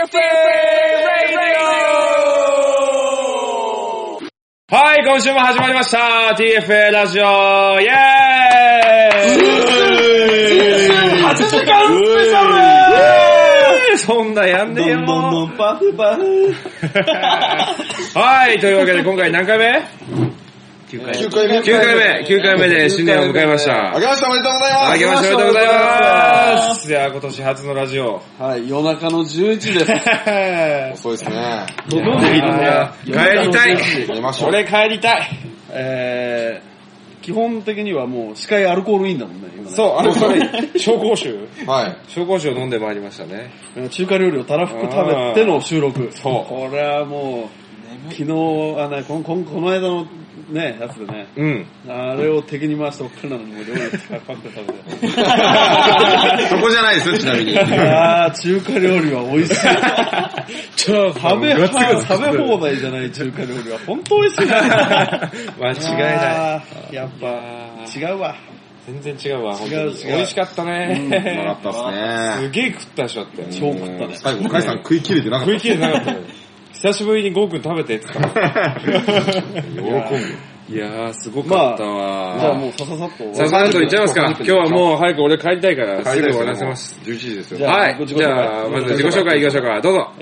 はい、今週も始まりました TFA ラジオイェーイ8時間スペシャルそんなやんねえよどんパフパフはい、というわけで今回何回目 9 回目で新年を迎えました。 明けましておめでとうございます。 明けましておめでとうございます。いや、今年初のラジオ。 はい、夜中の11時です。 遅いですね。 どこでいるの帰りたい。 寝ましょう。 俺帰りたい。 基本的にはもう視界アルコールいいんだもんね。今ねそう、紹興酒はい。 紹興酒を飲んでまいりましたね。 中華料理をたらふく食べての収録。 そうこれはもう、昨日、この間のね、やつでね。 うん。 あれを敵に回しておっかなのにもう料理パクって食べて。 そこじゃないです、ちなみに。 あー、中華料理は美味しい。食べ放題じゃない中華料理は本当美味しいな。 間違いない。 やっぱ、違うわ。 全然違うわ。 違う。 美味しかったね。 よかったっすね。 すげえ食ったでしょって。 超食ったね。 最後、向井さん食い切れてなかった。 食い切れてなかったね。久しぶりにゴーくん食べてって言った喜ぶ。 いやー、すごかったわ。 じゃあもうさっと。 さっといっちゃいますか。今日はもう早く俺帰りたいから、すぐ終わらせます。 11時ですよ。 はい。じゃあ、まず自己紹介いきましょうか。どうぞ。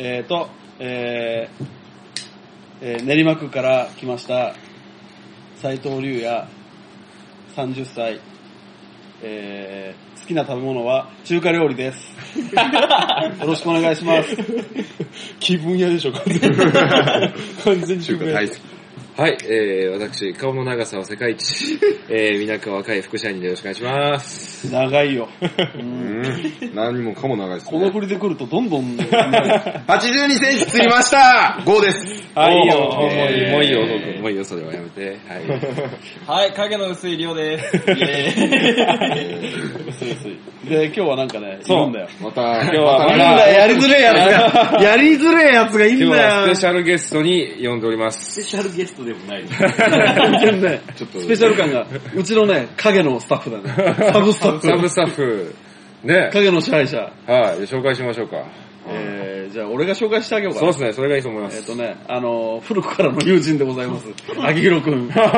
練馬区から来ました、斉藤龍也、30歳。好きな食べ物は中華料理です。よろしくお願いします。 気分屋でしょ、完全に中華大好き。 はい、私、顔の長さは世界一、皆川若い副社員でよろしくお願いします。 長いよ。 何もかも長いですね。 この振りで来るとどんどん。 82センチ釣りました !5 です。 はい、いいよ、もういいよ、もういいよ、それはやめて。はい。 はい、影の薄いりょうです。 で、今日はなんかね、いるんだよ。 また、 今日はやりづれえやつが、やりづれえやつがいいんだよ。 今日はスペシャルゲストに呼んでおります。 スペシャルゲストでもない。 全然ね、ちょっとスペシャル感が、うちのね、影のスタッフだね。サブスタッフ。 サブスタッフ。ね。 影の支配者。 はい、紹介しましょうか。 じゃあ俺が紹介してあげようかな。 そうですね、それがいいと思います。 古くからの友人でございます。秋広くん。 どうも、こんばん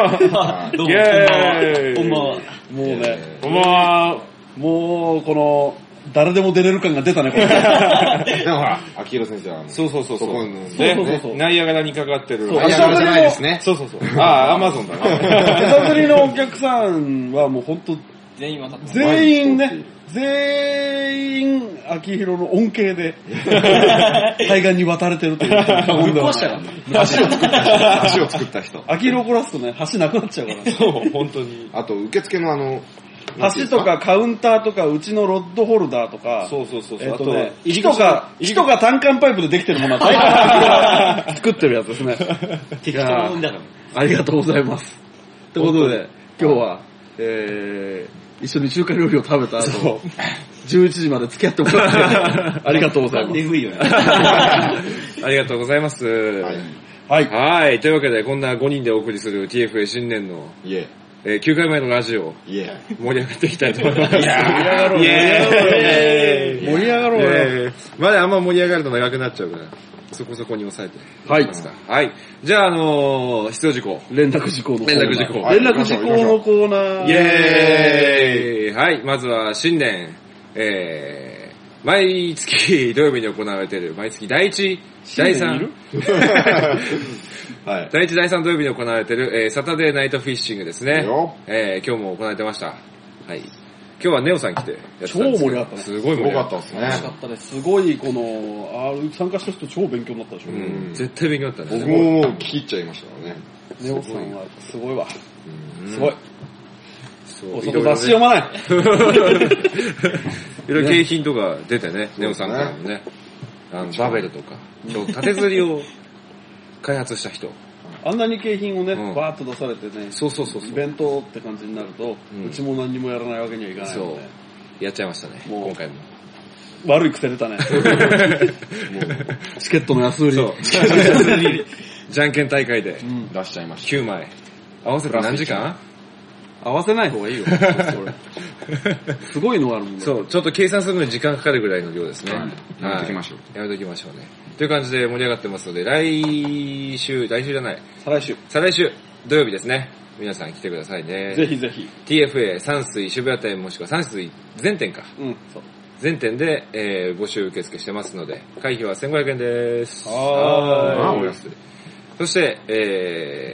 は。 もうね、 こんばんは。 もう、この、誰でも出れる感が出たね、これ。 でもほら、秋広先生は、 そう。 そう。 ナイアガラにかかってる。 ナイアガラじゃないですね。 そう。あ、アマゾンだね。 手探りのお客さんはもうほんと、 全員渡った。 全員、秋広の恩恵で、海岸に渡れてるという。ぶっ壊したからね。 橋を作った人。 秋広怒らすとね、橋なくなっちゃうからね。 そう、本当に。 あと、受付の橋とかカウンターとか、うちのロッドホルダーとか、 そう。 あとね、木とか単管パイプでできてるものは大体作ってるやつですね。 適当なもんだから。 ありがとうございます。ってことで、今日は、一緒に中華料理を食べた後、11時まで付き合ってもらって、ありがとうございます。 眠いよね。 ありがとうございます。 はい。 はい。というわけで、こんな5人でお送りする TFA 新年の、9回前のラジオ、盛り上がっていきたいと思います。盛り上がろうよ。 まだあんま盛り上がると長くなっちゃうから、そこそこに抑えて。 はい。 はい。じゃあ、必要事項。 連絡事項のコーナー。 連絡事項のコーナー。 イェーイ。はい。まずは、新年、毎月土曜日に行われている、毎月第1、第3、 はい。 第1、第3土曜日に行われている、サタデーナイトフィッシングですね。今日も行われてました。はい。今日はネオさん来てやってたんですけど。 超盛り上がったね。 すごい盛り上がったですね。 楽しかったね。すごい、参加した人超勉強になったでしょ。 絶対勉強になったね。 僕ももう聞き入っちゃいましたからね。 ネオさんはすごいわ。すごい。そこ雑誌読まない。 いろいろ景品とか出てね、ネオさんからもね。バベルとか。縦釣りを開発した人。 あんなに景品をね、バーッと出されてね、 そう。 イベントって感じになると、うちも何にもやらないわけにはいかないので。 やっちゃいましたね、今回も。 悪い癖出たね。チケットの安売り。 じゃんけん大会で出しちゃいました。 9枚。合わせて何時間合わせない方がいいよ。すごいのがあるもんね。 そう、ちょっと計算するのに時間かかるぐらいの量ですね。 はいやめときましょう。 やめときましょうね。という感じで盛り上がってますので、来週じゃない、 再来週。 再来週土曜日ですね。皆さん来てくださいね。 ぜひぜひ。 TFA 山水渋谷店もしくは山水全店か。 うん、そう。 全店で、募集受付してますので、会費は1500円です。 はーいお安い。そして、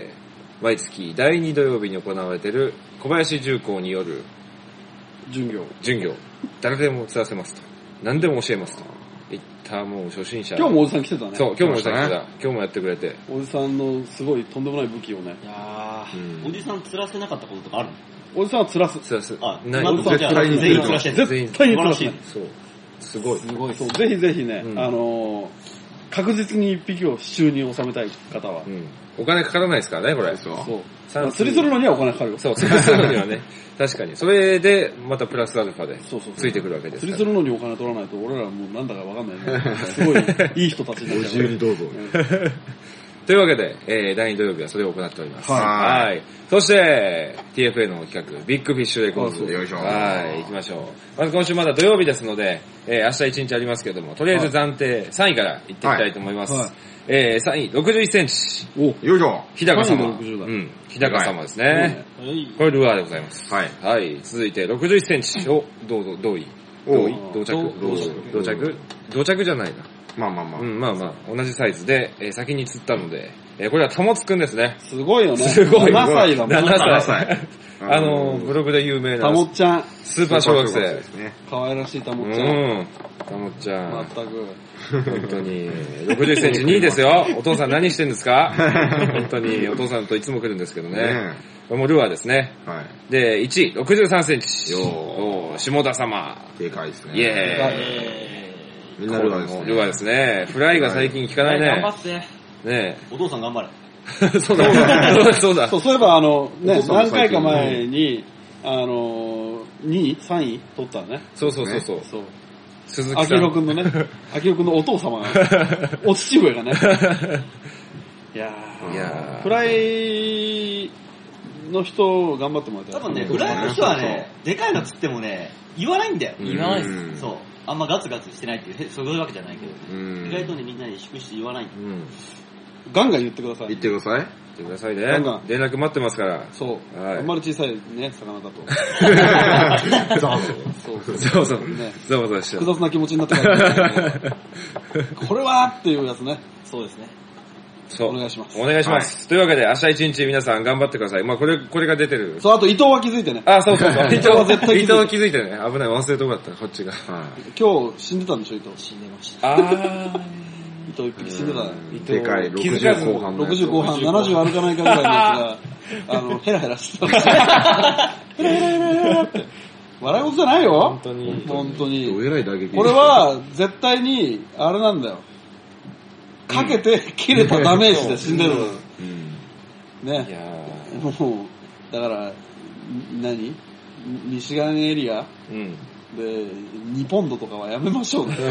毎月第2土曜日に行われている小林重工による巡業。 巡業。誰でも釣らせますと。何でも教えますと。いったもう初心者。 今日もおじさん来てたね。 そう、今日もおじさん来てた。 そうで今日もやってくれて。 おじさんのすごいとんでもない武器をね。 いやうんおじさん釣らせなかったこととかあるの？ おじさんは釣らす。 釣らす。 あ、 ない。 今のところじゃあ絶対に全員釣らしてる。 全員絶対に釣らす素晴らしい。 そう。すごい。 すごい。 そう、ぜひぜひね、 うん確実に一匹を手中に収めたい方は。 うん。お金かからないですからね、これ。 そう。 そう。 さ釣りするのにはお金かかるよ。 そう、釣りするのにはね。確かに。それで、またプラスアルファでそうそうそうついてくるわけです釣から。 りするのにお金取らないと、俺らもうなんだかわかんないね。すごいいい人たちになごっちゃう自由にどうぞ。 というわけで、第2土曜日はそれを行っております。 はいはい。そして、TFA の企画、ビッグフィッシュレコーズ。 あそうよいしょはい、行きましょう。まず今週まだ土曜日ですので、明日1日ありますけれども、とりあえず暫定3位から行っていきたいと思います。 はい 3位、61センチ。 お、 よいしょ。 日高様。 3位が60だうん、日高様ですね。 はい。 これルアーでございます。 はい。 はい。続いて61センチ。お、同位。同位同着同着じゃないな。 まあまあまあ。 うん、まあまあ、同じサイズで、先に釣ったので、これは保つくんですね。 すごいよね。 すごい。 7歳だもん。 7 7 歳歳。 ブログで有名なたもっちゃん。 スーパー小学生で。すね。 可愛らしいたうもっちゃん。 ん。たもっちゃん。 まったく。 本当に。60センチ2位ですよ。お父さん何してんですか本当に、お父さんといつも来るんですけどね。 ねこれもルアーですね。 はい。 で、1位、63センチ。 よお下田様。 でかいですね。 イエーイ。 みんなルアーですね。 ルアーですね。フライが最近効かないね頑張。って。 ねお父さん頑張れ。 え。そうだ。そうだ。 そういえばね、 お父さんも何回か最近前に、2位 ?3 位取ったね。 そう。 そう。 鈴木さん。 秋広くんのね、秋広くんのお父様が、お父上がね。いやいやーフライの人頑張ってもらいたい。 多分ね、フライの人はね、でかいの釣ってもね、言わないんだよ。 言わないっすうんそう。あんまガツガツしてないっていう、そういうわけじゃないけど、 うん意外とね、みんなに粛して言わないんだよ。 うん。 ガンガン言ってください。 言ってください。 言ってくださいね。 ガンガン連絡待ってますから。 そう。 はいあんまり小さいね、魚だと。そう。 そうそう。 ねざわざわしちゃう。 複雑な気持ちになってから、これはっていうやつね。 そうですね。 そう。 お願いしますお願いします。というわけで、明日一日皆さん頑張ってください。まあこれが出てる。 そう、あと伊藤は気づいてね。 あ、そう。伊藤は絶対気づいてる伊藤気づいてね。危ない。忘れとこだった。こっちが。 今日死んでたんでしょ、伊藤。 死んでました。 あー。 伊藤一匹死んでたね。 藤でかい気づかず 60後半のやつ。 60後半、70歩かないかぐらいのやつが、ヘラヘラしてた。ヘラって。笑い事じゃないよ。 本当に。 本当どに。 えらい打撃。 これ、は、絶対に、あれなんだよ。かけて、切れたダメージで死んでる。 うん。 いね。 やもう、だから、何西岸エリアー。うん。 で、2ポンドとかはやめましょうね。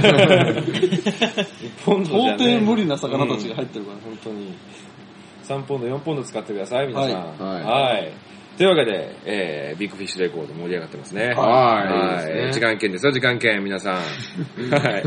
1ポンドじゃ到ね底無理な魚たちが入ってるから。 本当に。3ポンド、4ポンド使ってください、皆さん。 はいはい。というわけで、ビッグフィッシュレコード盛り上がってますね。 はいいいですね時間券ですよ、時間券、皆さん。はい。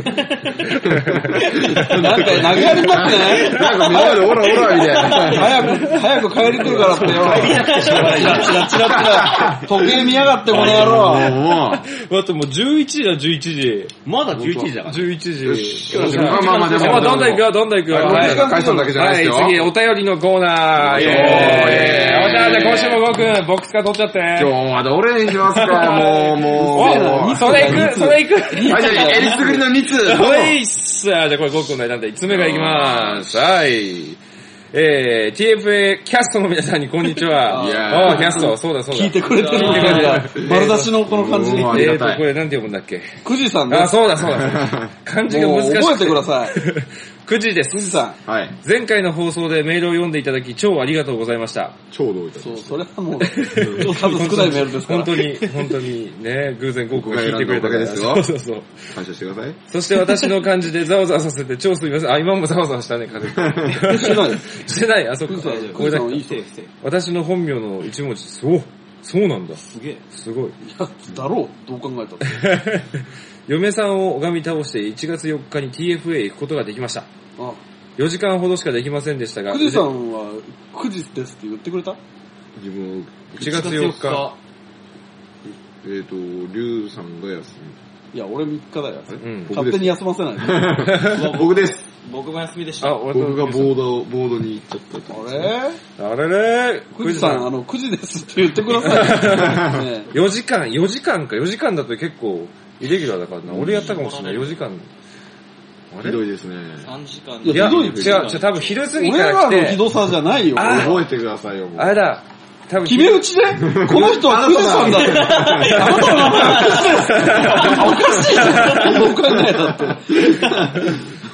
なんか投げやりになってね。 なんか目の前でオラオラみたいな。 早く帰り来るからってよ。チラチラ時計見やがってこの野郎。 待って、もう11時だ、11時。 まだ11時だから。 11時。 よしまあでもどんどん行くよ、どんどん行くよ。 はい解散だけじゃないですよ。 はい、次、お便りのコーナー。イェーイ。おじゃあ、じゃあ今週もゴーくん、ボックスカー取っちゃって。 今日はどれにしますか、もう。 お、それ行く。 はい、じゃあ、えりすぐりの2つ。 おいっす。じゃあこれゴーくんの選んで5つ目がいきまーす。はい。TFA キャストの皆さんにこんにちは。 いやーキャスト、そうだ。 聞いてくれてる聞いてくれてる丸出しのこの感じ。 うんありがたいこれなんて読むんだっけ。 くじさんね。 あ、そうだ。漢字がもう難しい。 覚えてください。 9時です。 くじさん。 はい。 前回の放送でメールを読んでいただき超ありがとうございました。 超同意だ。 そう、それはもう、数少ないメールですから。 本当にね、偶然ゴーくんが聞いてくれたから。 僕が選んだおかげですよそう。 感謝してください。 そして私の感じでざわざわさせて超すみません。あ、今もざわざわしたね、軽く。 してないよ。 してない、あそこ。 くじさん、 これだけいい人。 私の本名の一文字です。おそうなんだ。 すげえ。 すごい。 いや、だろう。どう考えたら。 嫁さんを拝み倒して1月4日に TFA へ行くことができました。 あ、 4時間ほどしかできませんでしたが。 くじさんは9時ですって言ってくれた？ 自分、 1月4日。 リュウさんが休いや、俺3日だよ。 うん。 勝手に休ませない。 み。僕です。 僕も休みでした。 あ、俺と僕がボードに行っちゃったってことですね。 あれあれれくじさん、9時ですって言ってください。ね 4時間か。4時間だと結構、イレギュラーだからな。俺やったかもしれない。4時間。あれひどいですね。 3時間。 いや、 ひどい違う、多分昼過ぎか俺ら来て。 らのひどさじゃないよ。 あ覚えてくださいよ、もう。 あれだ。多分決め打ちでこの人はくじさんだって。あなたの名前はくじです。おかしいじゃん。どう考えたって。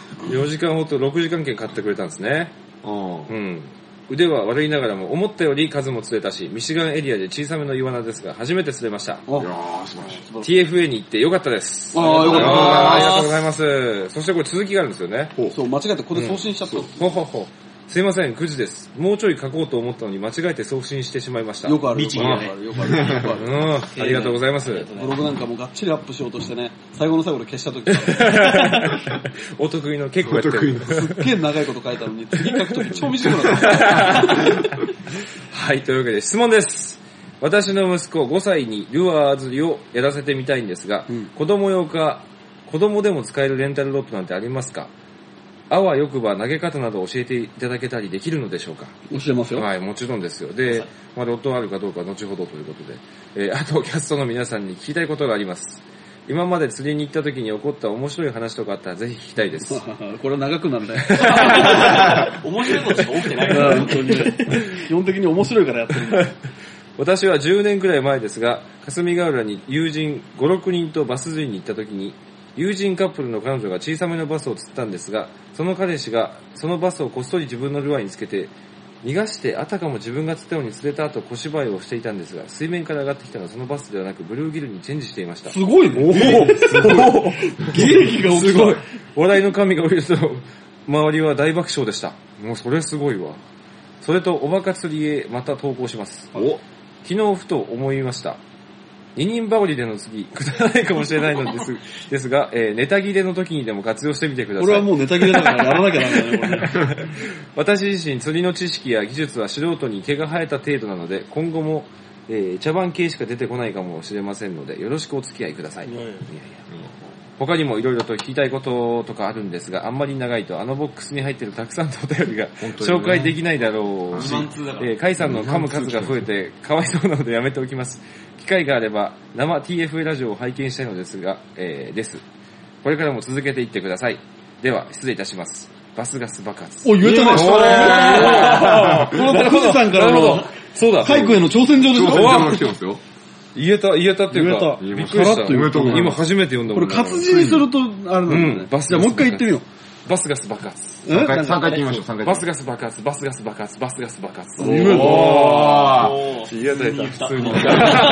4時間ほど6時間券買ってくれたんですね。 あうん。腕は悪いながらも思ったより数も釣れたし、ミシガンエリアで小さめのイワナですが、初めて釣れました。 あ。いやー、素晴らしい。 TFA に行ってよかったです。 ああ、よかった。 ありがとうございます。そしてこれ続きがあるんですよね。 そう、間違えてここで送信しちゃった。 ほほほ。すいません、9時です。もうちょい書こうと思ったのに間違えて送信してしまいました。 よくある。 律儀だねよくある。よくある。 うん、ありがとうございます。 ブログなんかもがっちりアップしようとしてね、最後の最後で消したとき、 お得意の結構やってる。 すっげえ長いこと書いたのに、次書くとき超短くなった。 はい、というわけで質問です。私の息子5歳にルアー釣りをやらせてみたいんですが、子供用か、子供でも使えるレンタルロッドなんてありますか？あわよくば投げ方など教えていただけたりできるのでしょうか？ 教えますよ。 はい、もちろんですよ。で、ロッドあるかどうかは後ほどということで、あとキャストの皆さんに聞きたいことがあります。今まで釣りに行った時に起こった面白い話とかあったらぜひ聞きたいです。 これは長くなるね。 面白いことしか起きてない本当に。基本的に面白いからやってるんだ。 私は10年くらい前ですが、霞ヶ浦に友人5、6人とバス釣りに行った時に、友人カップルの彼女が小さめのバスを釣ったんですが、その彼氏がそのバスをこっそり自分のルアーにつけて、逃がしてあたかも自分が釣ったように釣れた後小芝居をしていたんですが、水面から上がってきたのはそのバスではなくブルーギルにチェンジしていました。 すごいね。 おお喜劇が起きた。 すごい。笑いの神が降りると、周りは大爆笑でした。もうそれすごいわ。それと、おバカ釣りへまた投稿します。昨日ふと思いました。二人羽織での釣り、くだらないかもしれないのですが、ネタ切れの時にでも活用してみてください。 これはもうネタ切れだからやらなきゃなんだね、これね。 私自身釣りの知識や技術は素人に毛が生えた程度なので、今後も、茶番系しか出てこないかもしれませんので、よろしくお付き合いください。他にもいろいろと聞きたいこととかあるんですが、あんまり長いとあのボックスに入ってるたくさんのお便りが紹介できないだろうし、カイさんの噛む数が増えてかわいそうなのでやめておきます。機会があれば生 TFA ラジオを拝見したいのですが、です。これからも続けていってください。では、失礼いたします。バスガス爆発。 お、言えたね。この富士山からの、 そうだ。 カイ君への挑戦状です挑戦状か？ が来てますよ。 言えたっていうか、 言えたびっくりした。 さらっと言えた今初めて読んだもん。 これ活字にすると、あれなんだね。 バスじゃあもう一回言ってみよう。 バスガス爆発。 3回言ってみましょう、3回。 バスガス爆発、バスガス爆発、バスガス爆発。 言えた。 おー。 言えた、普通に。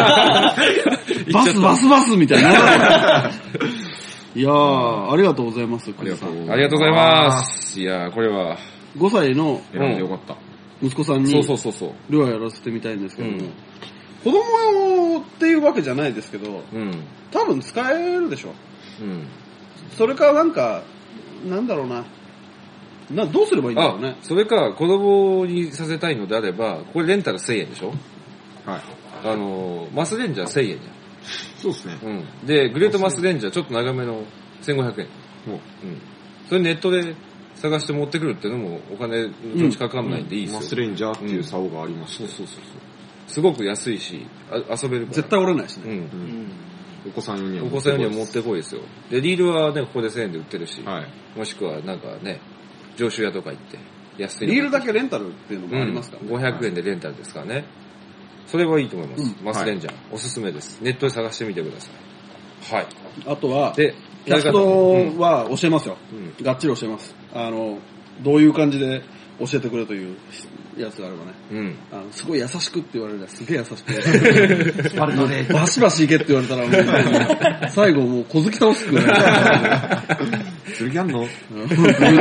バスみたいな。いやー、ありがとうございます、クリさん。 ありがとうございます。いやー、これは。 5歳の選んでよかった。 息子さんに、 そう。 ルアーやらせてみたいんですけども、子供用っていうわけじゃないですけど、多分使えるでしょ。それかなんか、なんだろうな。どうすればいいんだろうね。 それか、子供にさせたいのであれば、これレンタル1000円でしょ？ はい。 マスレンジャー1000円じゃん。 そうですね。 で、グレートマスレンジャーちょっと長めの1500円。それネットで探して持ってくるっていうのもお金のうちかかんないんでいいですよ。 マスレンジャーっていう竿がありまして。 そう。すごく安いし、遊べるから。 絶対折れないしね。 お子さん用には持ってこいですよ。で、リールはね、ここで1000円で売ってるし、 はい。 もしくはなんかね、上州屋とか行って安いの。 リールだけレンタルっていうのもありますからね。 500円でレンタルですからね。それはいいと思います。マスレンジャー、おすすめです。ネットで探してみてください。はい。 あとは、 で、 キャストは教えますよ。がっちり教えます。どういう感じで教えてくれというやつがあればね。すごい優しくって言われるらすげえ優しく。 スパルタで。 バシバシいけって言われたら、最後もう小突き倒すって言われる。 釣りキャンのおい、釣る気あ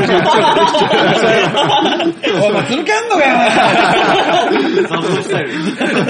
んのかよザブスタイル。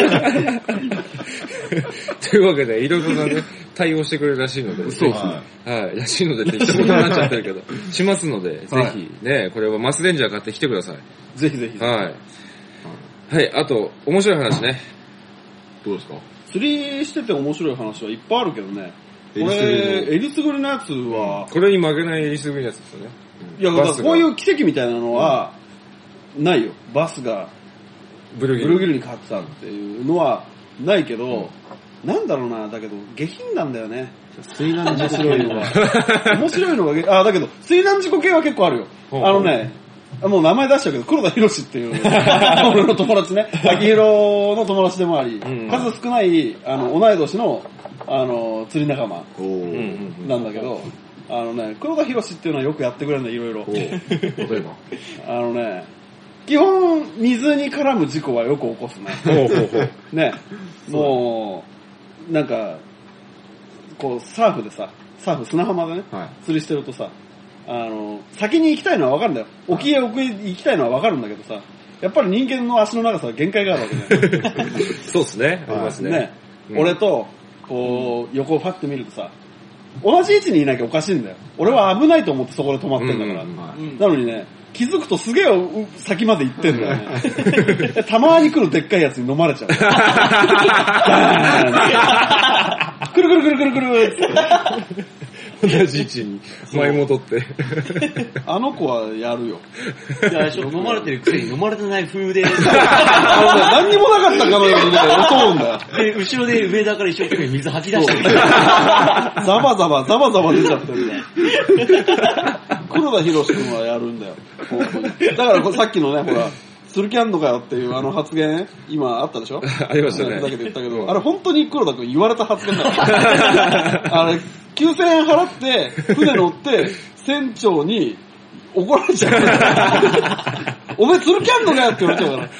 というわけで、いろいろなね、対応してくれるらしいので。 そうはい。らしいのでって一言になっちゃってるけど、しますので、ぜひ、ね、これはマスレンジャー買ってきてください。 ぜひぜひ。 はい。はい、あと、面白い話ね。 どうですか？ 釣りしてて面白い話はいっぱいあるけどね。こえりすぐりのれ、えりすぐりのやつは、 これに負けないえりすぐりのやつですよね。 いや、だからバスがこういう奇跡みたいなのは、ないよ。バスがブルギル。 ブルーギルに勝ったっていうのはないけど、なんだろうな、だけど、下品なんだよね。水難事故系は。面白いのが、だけど、水難事故系は結構あるよ。 ほうあのね、もう名前出しちゃうけど、黒田博っていう、俺の友達ね、秋広の友達でもあり、 ん数少ない、同い年の、釣り仲間おー。 なんだけど、黒田博っていうのはよくやってくれるんだよ、いろいろ。 例えば。 基本、水に絡む事故はよく起こすね。 ほうほうほう。 ね、もう、なんか、こう、サーフでさ、砂浜でね、 はい釣りしてるとさ、先に行きたいのはわかるんだよ。沖へ行きたいのはわかるんだけどさ、やっぱり人間の足の長さは限界があるわけだよ。 そうですね。ありますね。 ね、 うん俺と、こう、横をパッて見るとさ、同じ位置にいなきゃおかしいんだよ。俺は危ないと思ってそこで止まってんだから。 うんうんはいなのにね、気づくとすげえ先まで行ってんだよね。でたまに来るでっかいやつに飲まれちゃう。くるくるくるくるくるって同じ位置に前戻って。 あの子はやるよ。 いや、飲まれてるくせに飲まれてない風で、 何にもなかったかのようにね、襲うんだよ。 で、後ろで上田から一生懸命水吐き出してる。 ザバザバ出ちゃってるね。黒田博君はやるんだよ。本当にだからさっきのね、ほら、釣る気あんのかよっていう発言、今あったでしょ？ ありましたね。 だけど言ったけど、あれ本当に黒田君言われた発言だよ。あれ、9000円払って、船乗って、船長に怒られちゃう。お前釣る気あんのかよって言われちゃうから。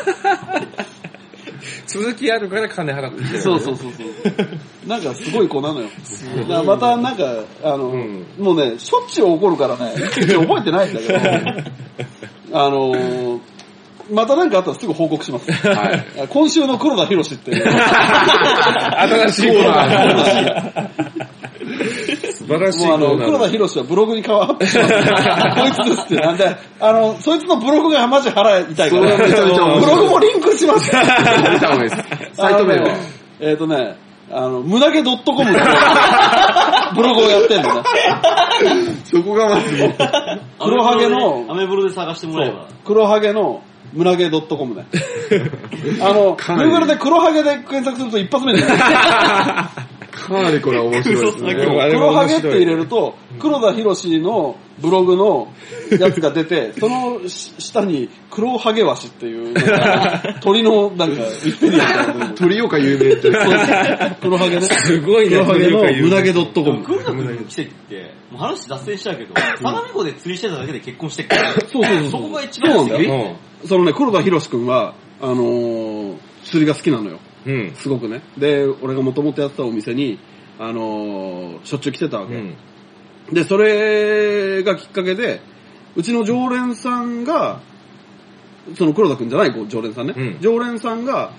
続きあるから金払ってきてる。 そう。なんかすごい子なのよ。だからまたなんか、もうね、しょっちゅう怒るからね、覚えてないんだけど、またなんかあったらすぐ報告します。はい。今週の黒田博っていう。 新しいコーナー。素晴らしいコーナー。 黒田博はブログにアップします。こいつですってなんで、そいつのブログがマジ腹痛いから、 めちゃめちゃ面白いブログもリンクします。 見た方がいいです。サイト名は胸毛 .com のブログをやってんのね。 そこがまずもう。 黒ハゲの、 アメブロで探してもらえば。 黒ハゲの胸毛 .com ね。Google で黒ハゲで検索すると一発目に出る。 かなりこれは面白いですね。 黒ハゲって入れると、黒田博のブログのやつが出て、その下に黒ハゲワシっていう、鳥のなんか、ウィキペディアみたいな。 鳥岡有名って。 黒ハゲね。 すごいね。 黒ハゲの胸毛 .com。 黒田君の奇跡って、もう話脱線しちゃうけど、相模湖で釣りしてただけで結婚してっから、 そう。 そこが一番そうなんだよ。 よ。そのね、黒田博君は、釣りが好きなのよ。 うん。 すごくね。で、俺がもともとやってたお店に、しょっちゅう来てたわけ。で、それがきっかけで、うちの常連さんが、その黒田くんじゃない常連さんね。常連さんが、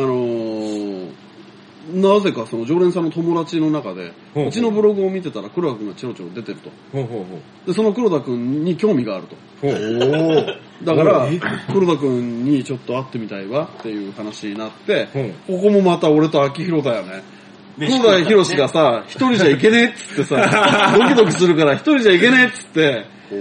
なぜかその常連さんの友達の中で、うちのブログを見てたら黒田くんがチロチロ出てると。で、その黒田くんに興味があると。だから、黒田くんにちょっと会ってみたいわっていう話になって、ここもまた俺と秋広だよね。黒田博がさ、一人じゃいけねえっつってさ、ドキドキするから一人じゃいけねえっつって、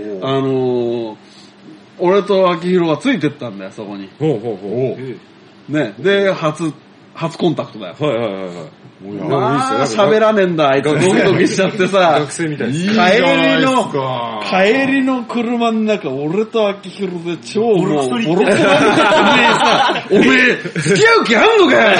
俺と秋広はついてったんだよ、そこに。ね、で、初コンタクトだよ。まあ、喋らねえんだ、あいつ。ドキドキしちゃってさ、 学生みたいです。 帰りの車の中、俺と秋広で超もう、ボロクソに。おめえ付き合う気あんのかよ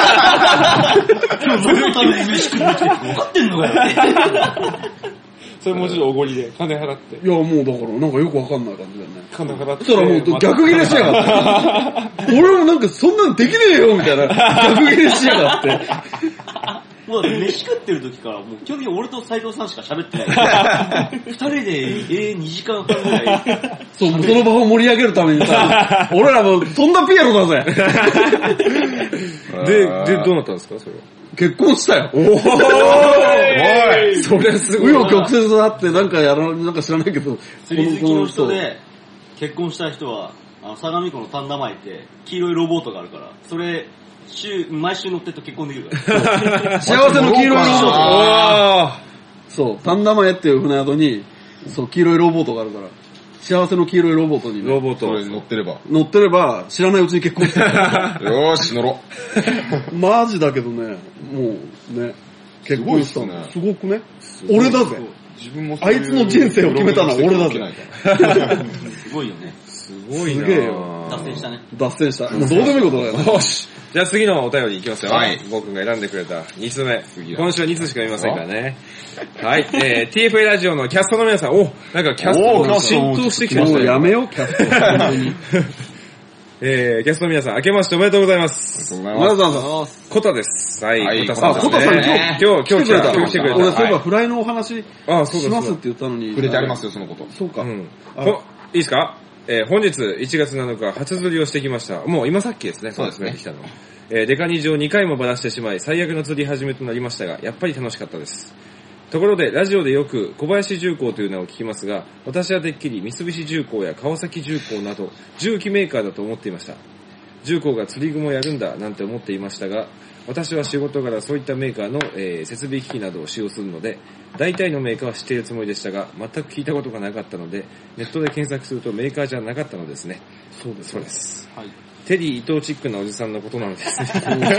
今日何のために飯食ってきて分かってんのかよ。 それもうちょっとおごりで、金払って。 いや、もうだから、なんかよくわかんない感じだよね。 金払って。 そしたらもう逆ギレしやがって。俺もなんかそんなんできねえよみたいな。逆ギレしやがって。 もうだって飯食ってる時から、もう基本的に俺と斉藤さんしか喋ってない。二人で、2時間半ぐらい。 そう、その場を盛り上げるためにさ、俺らもとんだピエロだぜ。 で、どうなったんですか、それは。 結婚したよ。 おいそれすごい。 紆余曲折があって、なんか知らないけど。 釣り好きの人で、結婚した人は、相模湖の丹田前って黄色いロボットがあるから、それ、毎週乗ってと結婚できるから。 幸せの黄色いロボット。 あそう、丹田前っていう船宿に、そう、黄色いロボットがあるから、幸せの黄色いロボットに、 ロボット。 それ乗ってれば。 乗ってれば、知らないうちに結婚してた。 よーし、乗ろマジだけどね、もうね、結婚したの。すごくね。 ごい俺だぜ。 自分もあいつの人生を決めたのは俺だぜ。 すごいよね。 すごいなすげえよ。 脱線したね。 脱線した。もうどうでもいいことだよね。 よし。じゃあ次のお便りいきますよ。 はい僕が選んでくれた2つ目次。だ今週は2つしか見ませんからね。はい。TFA ラジオのキャストの皆さん、なんかキャストが浸透してきましたね。 もうやめよう、キャスト。本当に。 キャストの皆さん、明けましておめでとうございます。 ありがとうございます。 皆さんさん。 コタです。はい、 はいコタさんですね。 コタさん今日来てくれた。来てくれた。 俺そういえばフライのお話あ、そうだしますって言ったのに。 触れてありますよ、そのこと。 そうか。 うん。 あいいですか本日1月7日初釣りをしてきました。もう今さっきですね。 そうですね来たの。デカニ上2回もバラしてしまい、最悪の釣り始めとなりましたが、やっぱり楽しかったです。ところで、ラジオでよく小林重工という名を聞きますが、私はてっきり三菱重工や川崎重工など、重機メーカーだと思っていました。重工が釣り具もやるんだなんて思っていましたが、私は仕事柄そういったメーカーの、設備機器などを使用するので、大体のメーカーは知っているつもりでしたが、全く聞いたことがなかったので、ネットで検索するとメーカーじゃなかったのですね。そうです。そうです。 はい。 テリー伊藤チックなおじさんのことなのですね。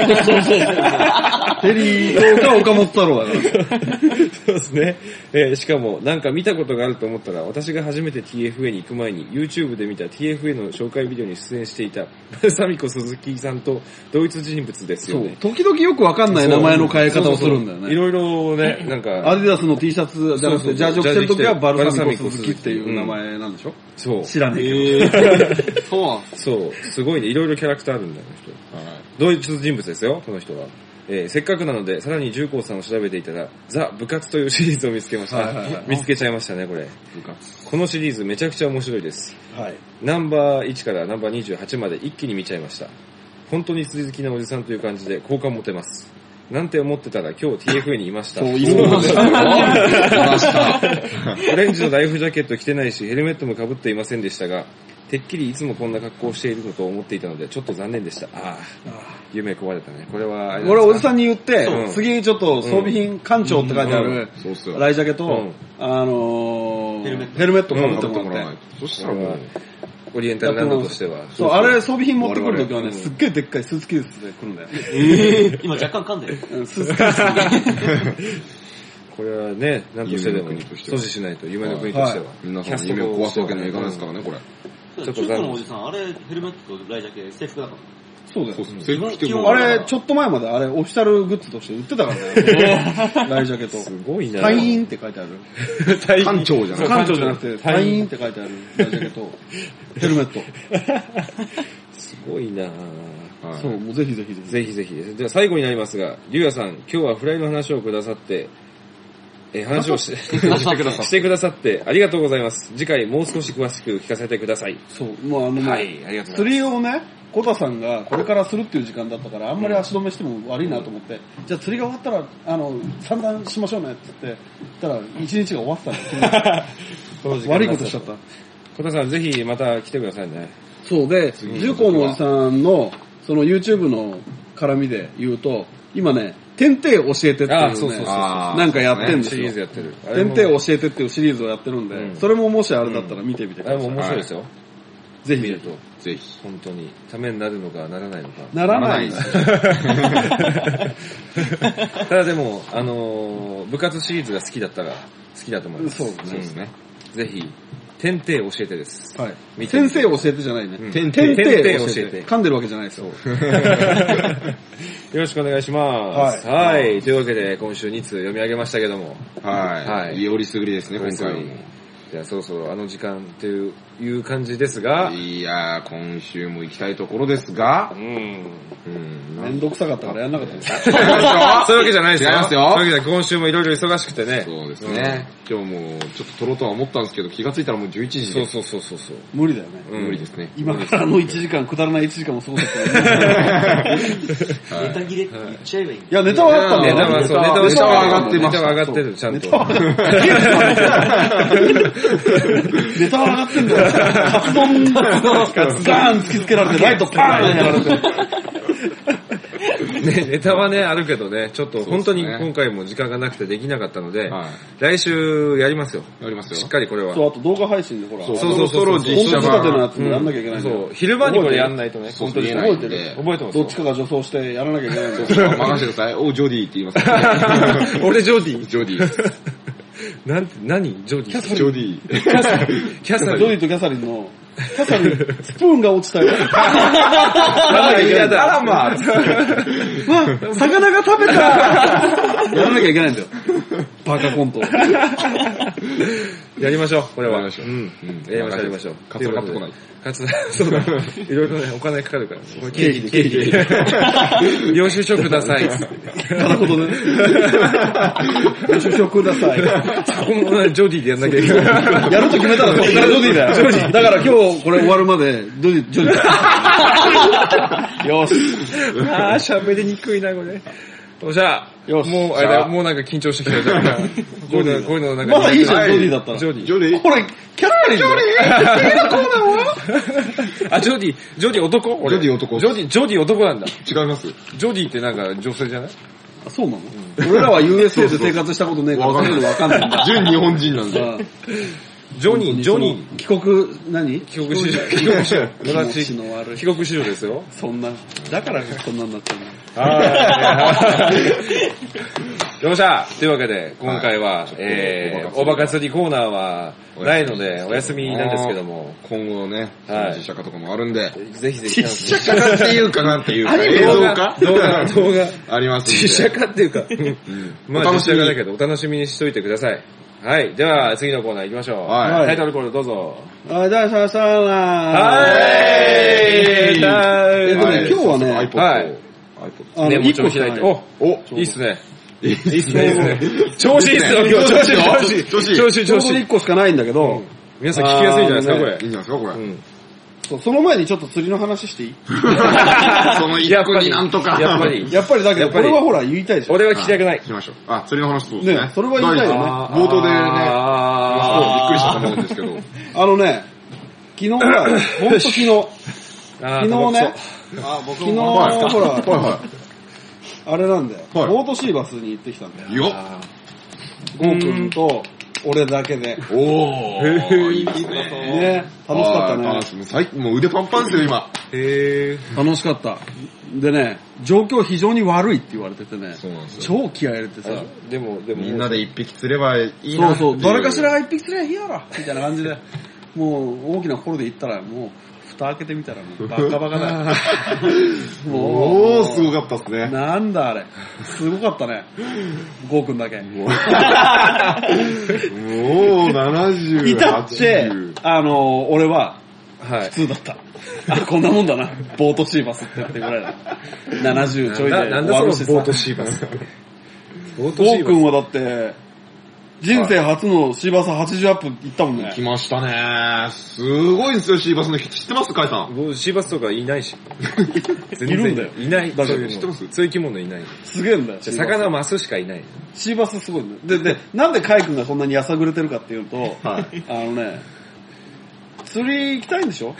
テリーか岡本太郎だから。 そうですね。しかも、なんか見たことがあると思ったら、私が初めて TFA に行く前に YouTube で見た TFA の紹介ビデオに出演していた、バルサミコ鈴木さんと同一人物ですそうよね。。 時々よくわかんない名前の変え方をするんだよね。 いろいろね、なんか、 アディダスの T シャツじゃなくて、ジャージを着てるときはバルサミコ鈴木っていう名うん前なんでしょそう。 知らねえけど。 そうなんそう。すごいね。いろいろキャラクターあるんだよ、この人。同一人物ですよ、この人は。せっかくなので、さらに重工さんを調べていたら、ザ・部活というシリーズを見つけました。 はいはいはい見つけちゃいましたね、これ。 部活。 このシリーズめちゃくちゃ面白いです。 はい。 ナンバー1からナンバー28まで一気に見ちゃいました。本当に釣り好きなおじさんという感じで好感持てます。なんて思ってたら今日 TFA にいました。 そう、いるんですよ。 オレンジのライフジャケット着てないし、ヘルメットも被っていませんでしたが、てっきりいつもこんな格好をしているのと思っていたので、ちょっと残念でした。夢壊れたね。これはあれなんですか、 俺、おじさんに言ってう、ん次ちょっと装備品館長って書いてあるそうっすよ。 ライジャケとうん、 ヘルメット被って持ってもらわないもらって。 と。そしたらもう、 オリエンタルランドとしては。 そう、あれ装備品持ってくるときはね、 我々 すっげえでっかいスーツケースで来るんだよ。 今若干噛んでる。 うんスーツケースこれはね、なんとしてでも夢の国としては阻止しないと、夢の国としては。 皆さんの夢を壊すわけにはいかないですからね、これ。 ちょっと中古のおじさん、あれ、ヘルメットとライジャケ制服だから。 そうだよ。 制服着ても基本あれ、ちょっと前まであれ、オフィシャルグッズとして売ってたからね。ライジャケと。 すごいな隊員って書いてある。 館長じゃない。 館長じゃなくて、隊員って書いてあるライジャケと、ヘルメット。 すごいなぁ。 はいそう、もうぜひぜひぜひ。 ぜひぜひです。では最後になりますが、リュウヤさん、今日はフライの話をくださって、話をしてくださってありがとうございます。次回もう少し詳しく聞かせてください。 そう、もうはい、ありがとうござい釣りをね、コタさんがこれからするっていう時間だったから、あんまり足止めしても悪いなと思って、じゃあ釣りが終わったら、散々しましょうねって言って、たら一日が終わってたの。悪いことしちゃった。 小田さん、ぜひまた来てくださいね。 そうで、重工のおじさんの、その YouTube の絡みで言うと、今ね、天帝教えてっていうあそうそうそうね、 そうなんかやってんですシリーズよ。 やってる。 天帝教えてっていうシリーズをやってるんで、 うんそれももしあれだったら見てみてくあれもださい。 面白いですよ。 ぜひ見ると。 ぜひ。 本当に。ためになるのかならないのか。 ならないなです。 ただでも、部活シリーズが好きだったら、好きだと思います。 そうですね。 ぜひ、天帝教えてです。 はい。 見てみて先生教えてじゃないね。 うん天天帝帝教えて教えて。噛んでるわけじゃないですよ。 よろしくお願いします。はい。というわけで、今週2通読み上げましたけども。 はい。 はいよりすぐりですね、今回も。 じゃあそろそろあの時間といういう感じですが、 いやー、今週も行きたいところですが、 めんどくさかったからやんなかったんですよ。 そういうわけじゃないですよ。 違いますよそういうわけじゃない、今週もいろいろ忙しくてね。 そうですね。今日もちょっと撮ろうとは思ったんですけど、気がついたらもう11時で。 そう。 無理だよね。 うん無理ですね。 今からの1時間、くだらない1時間も過ごせたら。 はいネタ切れって言っちゃえばいいんいや、ネタはあったんだよ。 ネタはそう、ネタは上がってました。ネタは上がってる、ちゃんと。 ネタは上がってんだよ。カツ丼ガーン突きつけられて、ライトパーンやられて。 ね、ネタはね、あるけどね、ちょっと本当にそうですね今回も時間がなくてできなかったので、 はい来週やりますよ。 やりますよ。 しっかりこれは。 そう、あと動画配信でほら、 そうそう本仕立てのやつもやんなきゃいけないんだよそう、昼間にこれやんないとね、 そう本当に言えないんで覚えてる覚えてますどっちかが女装してやらなきゃいけないんだよ。 任せてください。お、ジョディって言います。 俺ジョディジョディ。 何ジョディジョディ。 キャサリン。 ジョディとキャサリンの、キャサリン、スプーンが落ちたよ。 やだ。 あらまあ。 わ、魚が食べたやらなきゃいけないんだよ。バカコント。 やりましょう、これは。 やりましょううん。やりましょう。 カツラ買ってこない。 そうだ。いろいろね、お金かかるから。 経費で。 領収書ください。 なるほどね。ご就職ください。 そこもジョディでやんなきゃいけない。 やると決めたらそこからジョディだよ。ジョディ。だから今日これ終わるまで、ジョディ。よし。 喋りにくいな、これ。おっしゃ。 よし。 もう、あれだ、もうなんか緊張してきた。こういうのなんか。 まだいいじゃん、ジョディだったら。 ジョディ。 ジョディこれ、キャラリンだよ。 あ、ジョディ男俺ジョディ男ジョディ男なんだ。 違います。 ジョディってなんか女性じゃないあ、そうなの俺らは USA で生活したことねえから、そういうのわかんないんだ。 純日本人なんで。 ジョニー。 帰国、何帰国子女。帰国子女。 気持ちの悪い。 帰国子女ですよ。 そんな、だからそんなになっちゃうの。 よっしゃというわけで、今回は、おバカ釣りコーナーはないので、お休みなんですけども。 今後ね、 はい実写化とかもあるんで。 ぜひぜひ。 実写化っていうかなんていうか、映像化動画。 ありますんで。 実写化っていうか、まあ実お楽しみに写化だけど、お楽しみにしといてください。はい。では、次のコーナー行きましょう。 はいタイトルコールどうぞ。 あ、じゃあ、さあなはい今日はね、 はい iPod。 ね、もう 1 ちょっと開いて。 個しかない。 お、いいっすね。いいっすね。調子いいっすよ、今日。調子いい。 ちょうど1個しかないんだけど、 皆さん聞きやすいんじゃないですか、これ。 いいんじゃないですか、これ。 そうその前にちょっと釣りの話していいその一個になんとか。 やっぱり。 やっぱりだけど、これはほら言いたいでしょ。 俺は聞きたくない。 聞きましょう。あ、釣りの話そうですね。 ねそれは言いたいよね冒頭でね、びっくりしたと思うんですけど。 あのね、昨日ほら、ほんと昨日ね、 あ、僕昨日も。 ほら、 はあれなんだよ、 はいボートシーバスに行ってきたんだよ。 い。よっ。 ゴーくんと俺だけで。 おー、いいですね。 ね、楽しかったね。 もう腕パンパンですよ、今。 へ楽しかった。でね、状況非常に悪いって言われててね、 そうなんですよ。 超気合い入れてさ、 でも、 みんなで一匹釣ればいいなっていそうそう、誰かしらが一匹釣ればいいやろみたいな感じで、もう大きな心で行ったら、もう、蓋開けてみたらもうバカバカだよ。 おー、すごかったっすね。 なんだあれ。すごかったね。ゴーくんだけ。 もう70、 至って、俺ははい普。通だった。あ、こんなもんだな。ボートシーバスってぐらいだ。70ちょいでなんだそのボートシーバス。ボートシーバゴーくんはだって、人生初のシーバス80アップ行ったもんね。 来ましたね。すごいんですよ、シーバスの人。知ってますカイさん。 ス。シーバスとかいないし。全然いるんだよいない。 だからそういうの知ってますそういう生き物いない。 すげえんだよ。 魚マスしかいない。 シーバスすごいね。で、なんでカイ君がそんなにやさぐれてるかっていうと、 はい釣り行きたいんでしょ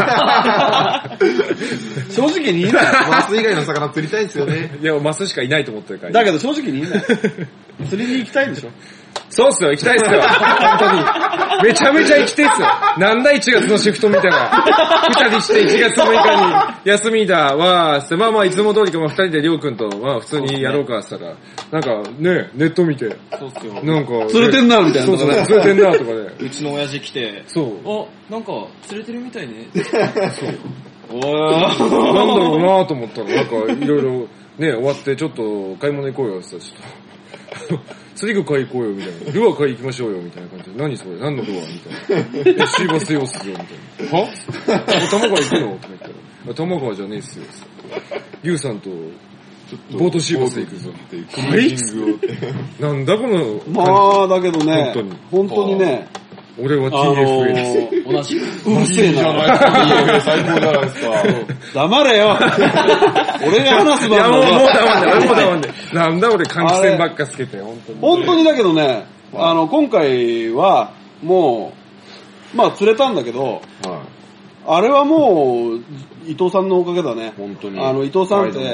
正直に言いなよ。 マス以外の魚釣りたいんですよね。 いや、マスしかいないと思ってるから。 だけど正直に言いなよ。釣りに行きたいんでしょそうっすよ、行きたいっすよ。本当に。めちゃめちゃ行きたいっすよ。なんだ1月のシフトみたいな。2人して1月6日に休みだわーって、まあまあいつも通りかも2人でりょうくんと、まあ普通にやろうかって言ったら、なんかね、ネット見て、 そうっすよ。 なんか、 釣れてんなみたいな。 そうそう、釣れてんなとかで。 うちの親父来て、 そう。 あ、なんか釣れてるみたいね。 なんだろうなと思ったら、なんかいろいろね、終わってちょっと買い物行こうよって言ったら、ちょっと釣り具買い行こうよみたいな。ルアー買い行きましょうよみたいな感じで。何それ何のルアーみたいな。シーバス用っすよみたいな。は玉川行くのって言ったら、玉川じゃねえっすよ。ユウさんとボートシーバス行くぞっていう。 クルージングをって。 なんだこの。 まあ、だけどね、本当にね、 俺は TFA です。 同じ。うるせえな。 TFA 最高じゃないですか。 黙れよ。俺が話す番だ。 いやもう黙んね。なんだ俺換気扇ばっかつけて、 本当にだけどね、今回は、もう、まあ釣れたんだけど、あれはもう、伊藤さんのおかげだね。 本当に。 伊藤さんって、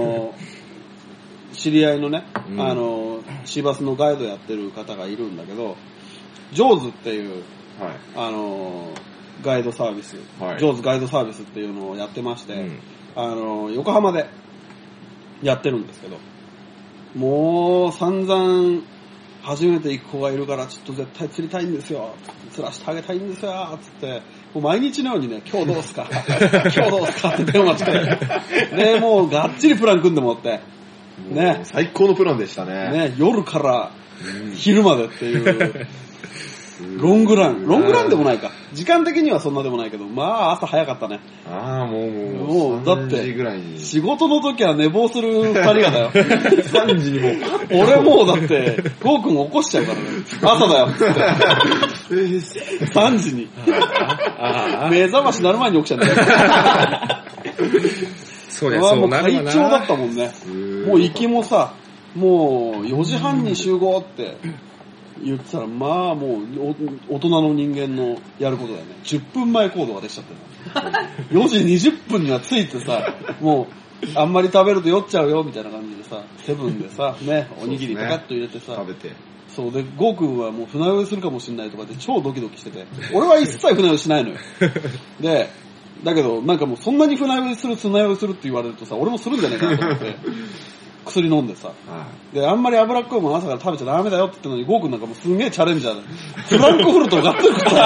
知り合いのね、シーバスのガイドやってる方がいるんだけど、ジョーズっていう、ガイドサービス、ジョーズガイドサービスっていうのをやってまして、横浜でやってるんですけど、もう散々初めて行く子がいるからちょっと絶対釣りたいんですよ、釣らしてあげたいんですよ、つって、もう毎日のようにね、今日どうすか今日どうすかって電話して、ね、もうがっちりプラン組んでもらって、ね。 最高のプランでしたね。 ね、夜から昼までっていう。ロングランでもないか。時間的にはそんなでもないけど、まあ朝早かったね。もうだって仕事の時は寝坊する二人がだよ。3時にもう。俺もうだってゴーくん起こしちゃうからね。朝だよっつって。3時に。目覚ましなる前に起きちゃうんだよ。 そりゃそうなるわな。 もう会長だったもんね。もう行きもさ、もう4時半に集合って言ってたら、まあもう大人の人間のやることだよね。10分前行動ができちゃってる。4時20分には着いてさ、もうあんまり食べると酔っちゃうよみたいな感じでさ、セブンでさ、ね、おにぎりパカッと入れてさ、 食べて。 そうで、ゴーくんはもう船酔いするかもしれないとかで超ドキドキしてて、俺は一切船酔いしないのよ。で、だけどなんかもうそんなに船酔いするって言われるとさ、俺もするんじゃねえかなと思って、薬飲んでさ、で、あんまり脂っこいもの朝から食べちゃダメだよって言ってのに、ゴーくんなんかもうすんげえチャレンジャーだよ。フランクフルトがっつり食った。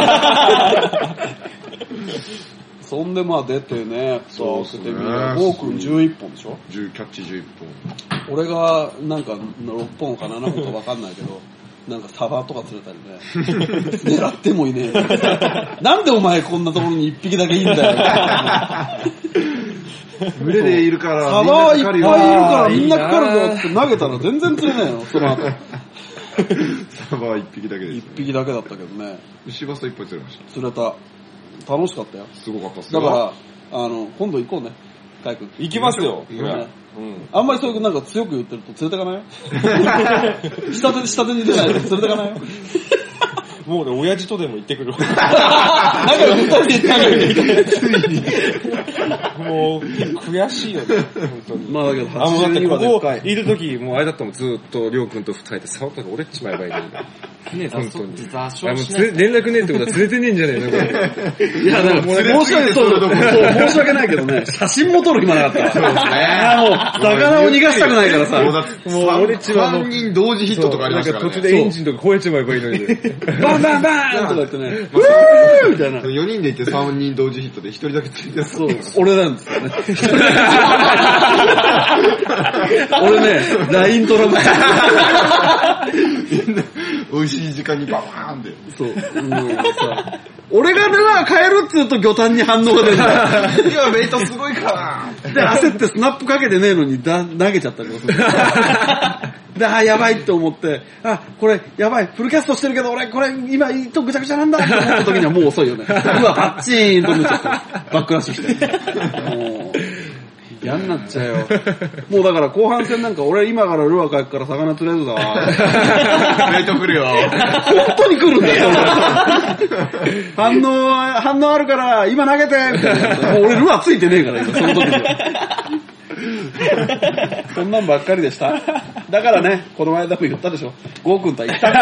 そんでまあ出てね、そうしてみる。ゴーくん11本でしょ？ キャッチ11本。 俺がなんか6本か7本か分かんないけど、なんかサバとか釣れたりね。狙ってもいねえ。なんでお前こんなところに1匹だけいいんだよ。 群れでいるから、 サバはいっぱいいるからみんなかかるぞって投げたら全然釣れないの、その後。 サバは1匹だけです、ね。 1匹だけだったけどね。 シバスいっぱい釣れました。 釣れた。楽しかったよ。 すごかったっすだから、今度行こうね。カイ君。 行きますよ。 あんまりそういうなんか強く言ってると連れてかないよ。下手に出ないと連れてかないよ。 もう俺親父とでも行ってくる。 仲良く2人で行ってついに。 もう悔しいよね、本当に。 まあだけど 82はここいる時もうあれだったもん、ずっとりょうくんと二人で触ったら俺っちまえばいいのに。ね、本当に。連絡ねえってことは連れてねえんじゃねえの。 いや、だから申し訳ないけどね、写真も撮る暇なかった。もう魚を逃がしたくないからさ。 もう俺っちは3人同時ヒットとかありましたからね。 途中でエンジンとかこうやっちまえばいいのに。 バンバンバーンとか言ってね、ウーみたいな。 4人で行って3人同時ヒットで1人だけついてる。 そう、俺なんですよね。俺ね、LINE トラブル。 みんな、美味しい時間にババーンって。 そう。俺がルアー変えるって言うと魚探に反応が出るんだよ。 今ベイトすごいから。 で、焦ってスナップかけてねえのに投げちゃったりとかする。で、やばいって思って、これ、やばい、フルキャストしてるけど、俺、これ、今、糸ぐちゃぐちゃなんだって思った時にはもう遅いよね。うわ、パッチーンと抜いちゃって、バックラッシュして。もう、嫌になっちゃうよ。もうだから後半戦なんか、俺今からルアー帰るから魚釣れるぞ。 ベイト来るよ。 本当に来るんだよ。反応あるから、今投げてみたいな。もう俺ルアーついてねえから、今、その時には。そんなんばっかりでした。だからね、この間も言ったでしょ。ゴーくんとは行った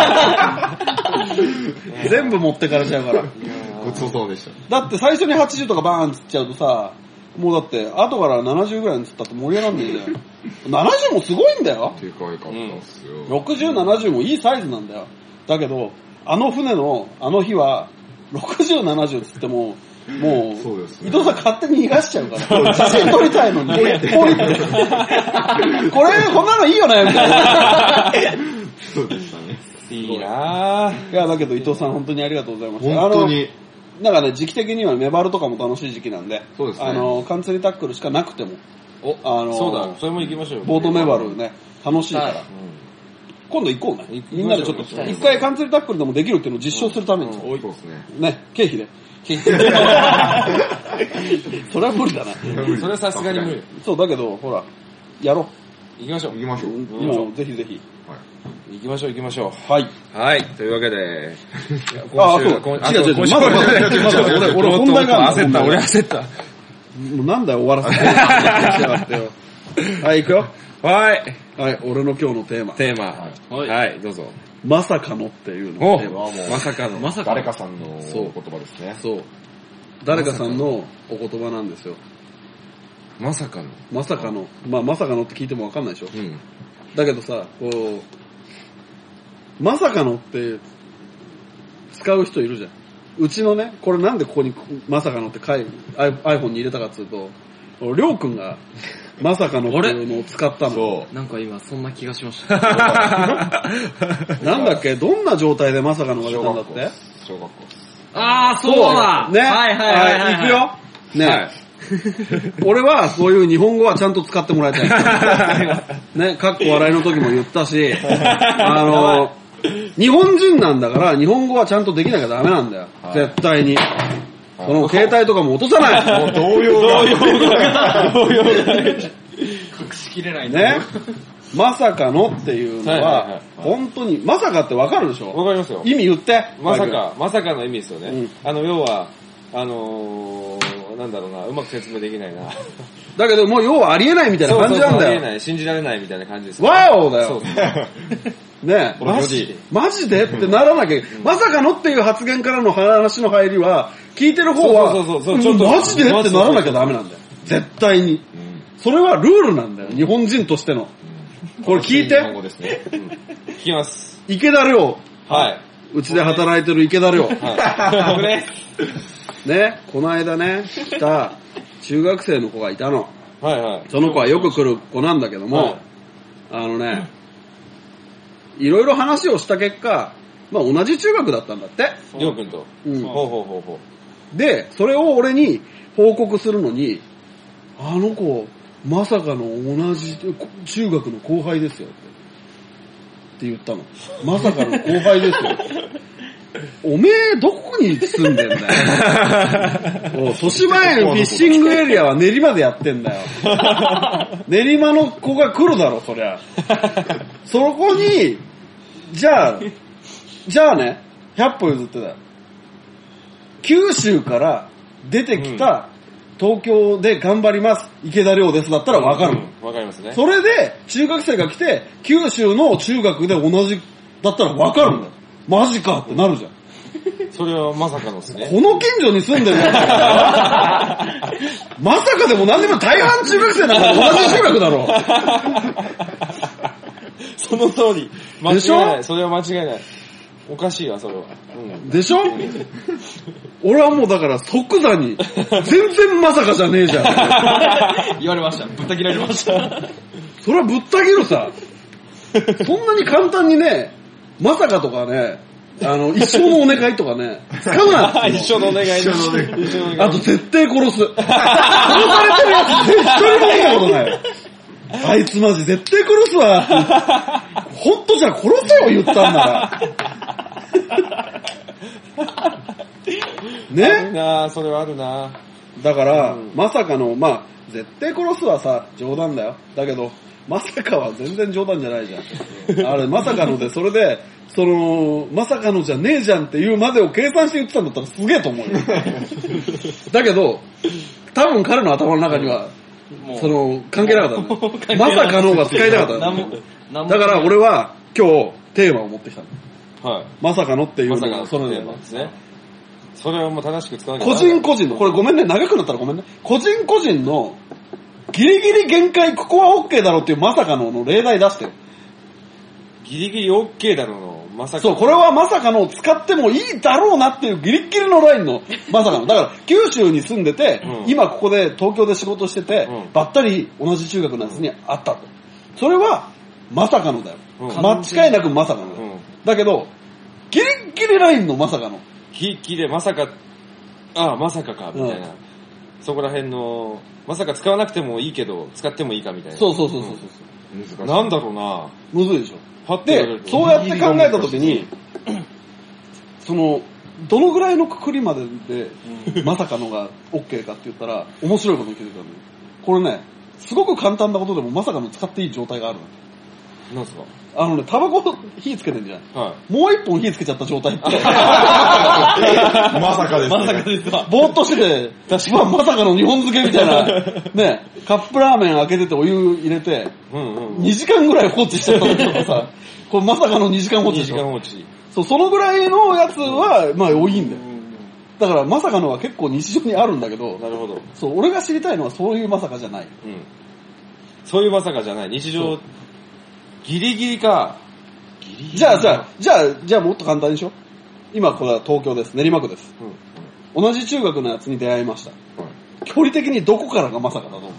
ね。全部持ってかれちゃうから。 ごちそうさまでした。 だって最初に80とかバーン釣っちゃうとさ、もうだって後から70ぐらいに釣ったって盛り上がんねえじゃん。70もすごいんだよ。 でかいかったっすよ。 60、70もいいサイズなんだよ。だけど、あの船のあの日は60、70釣ってももう、 そうですね伊藤さん勝手に逃がしちゃうから、写真撮りたいのに、ポイって。これ、こんなのいいよねみたいな。 そうでしたね。 いいなぁ。 いや、だけど伊藤さん本当にありがとうございました。 本当に。 なんかね、時期的にはメバルとかも楽しい時期なんで、 そうですねカンツリタックルしかなくても、 そうだ、それも行きましょうよ。 ボートメバルね、楽しいから、今度行こうね。みんなでちょっと、一回カンツリタックルでもできるっていうのを実証するために、 そうですね。 ね、経費で。それは無理だな。 それはさすがに無理。 そう、だけど、ほら、やろ行きましょう。 行きましょう。 う。もう、ぜひぜひ。 行きましょう、行きましょう。 はい。 はい、というわけで、 あ、そう。違う違う、まだ俺本題がある焦った、俺焦った。 もうなんだよ、終わらせて。はい、行くよ。 はい、 はい、俺の今日のテーマ。 テーマ。はい、どうぞ。 まさかのっていうのおをテーマ。 まさかの。まさ誰かさんの言葉ですね。 そう。誰かさんのお言葉なんですよ。 まさかの。 まさかの。まあ、まさかのって聞いてもわかんないでしょ。 うん。 だけどさ、こう、まさかのって使う人いるじゃん。うちのね、これなんでここにまさかのってiPhone に入れたかっつうと、りょうくんがまさかのっていうのを使ったの。 そなんか今そんな気がしました。 なんだっけ、どんな状態でまさかのが出たんだって小学校。 あー、そうだね。 はいはいはいはい。 行くよ。ね。 はい俺はそういう日本語はちゃんと使ってもらいたい。ね、かっこ笑いの時も言ったし、日本人なんだから日本語はちゃんとできなきゃダメなんだよ。 はい絶対に。その携帯とかも落とさない。 もう動揺が。 隠しきれないね。まさかのっていうのはいはいはいは、本当に、まさかってわかるでしょわかりますよ。 意味言って。 まさかの意味ですよね。 うん要は、なんだろうな、うまく説明できないな。 だけどもう要はありえないみたいな感じなんだよ。 ありえない、信じられないみたいな感じです。 ワオだよそう。 ねこの4時。 マジでってならなきゃ、まさかのっていう発言からの話の入りは、聞いてる方は、 そうちょっとマジでってならなきゃダメなんだよ。絶対に。それはルールなんだよ、日本人としての。これ聞いて日、本語ですね。 聞きます。 池田亮。 はい。 うちで働いてる池田亮。 はい。僕ね。 ね、この間ね、来た中学生の子がいたの。 はいはい。 その子はよく来る子なんだけども、いろいろ話をした結果、まあ同じ中学だったんだって。 りょうくんと。 うんほうほうほうほで、それを俺に報告するのに、あの子、まさかの同じ中学の後輩ですよって言ったの。まさかの後輩ですよ。おめえどこに住んでんだよ。豊島園フィッシングエリアは練馬でやってんだよ。練馬の子が来るだろ、そりゃ。そこに、じゃあね、100歩譲ってだよ。九州から出てきた東京で頑張ります、池田亮ですだったらわかるの。 う。わかりますね。 それで、中学生が来て、九州の中学で同じだったらわかるんだよ。マジかってなるじゃん。 それはまさかのですね。 この近所に住んでるやつがまさかでも何でも大半中学生なんか同じ中学だろ。 その通り。間でしょ違いない。それは間違いない。おかしいわ、それは。 でしょ俺はもうだから即座に、全然まさかじゃねえじゃん。 言われました。ぶった切られました。 それはぶった切るさ。そんなに簡単にね、まさかとかね、一生のお願いとかね、使うなっていうの。 一緒のお願いです。一緒のお願い。 あと絶対殺す。殺されてるやつ一人も見たことない。あいつマジ絶対殺すわ。ほんとじゃあ殺せよ言ったんなら。ねあるなぁ、それはあるなぁ。 だから、まさかの、まあ、絶対殺すはさ、冗談だよ。だけど、まさかは全然冗談じゃないじゃん。あれ、まさかので、それで、まさかのじゃねえじゃんっていうまでを計算して言ってたんだったらすげえと思うよ。だけど、多分彼の頭の中には、関係なかったんだよ。まさかのが使いたかったんだよ。だから俺は今日テーマを持ってきたの。 はい。 まさかのっていうのがまさかのそれでテーマですね。それはもう正しく使わなきゃ個人個人の、これごめんね、長くなったらごめんね。個人個人のギリギリ限界、ここは OK だろうっていうまさかの例題出してよ。 ギリギリ OK だろうのまさか。 そう、これはまさかの使ってもいいだろうなっていうギリッギリのラインのまさかの。だから、九州に住んでて、今ここで東京で仕事してて、ばったり同じ中学のやつに会ったと。それは、まさかのだよ。間違いなくまさかのだよ。だけど、ギリッギリラインのまさかの。 ギリギリでまさか、まさかか、みたいな。そこら辺の、まさか使わなくてもいいけど、使ってもいいかみたいな。 そう。難しい。 なんだろうな。 むずいでしょ。 はって言われでる、とそうやって考えたときに、どのぐらいのくくりまでで、まさかのが OK かって言ったら、面白いことに気づいたのよ。これね、すごく簡単なことでもまさかの使っていい状態があるの。 なんすか？ タバコ火つけてんじゃん。 はもう一本火つけちゃった状態って。 まさかですね。 まさかですわ。 ぼーっとしてて、まさかの日本漬けみたいな、ね、カップラーメン開けててお湯入れて、2時間ぐらい放置しちゃった時とかさ、これまさかの2時間放置で 2 しょ。 時間放置。 そう、そのぐらいのやつは、まあ多いんだよ。だからまさかのは結構日常にあるんだけど、 なるほど。 そう、俺が知りたいのはそういうまさかじゃない。 そういうまさかじゃない。日常、ギリギリか。 じゃあもっと簡単にしよう。今これは東京です。練馬区です。同じ中学のやつに出会いました。距離的にどこからがまさかだと思う？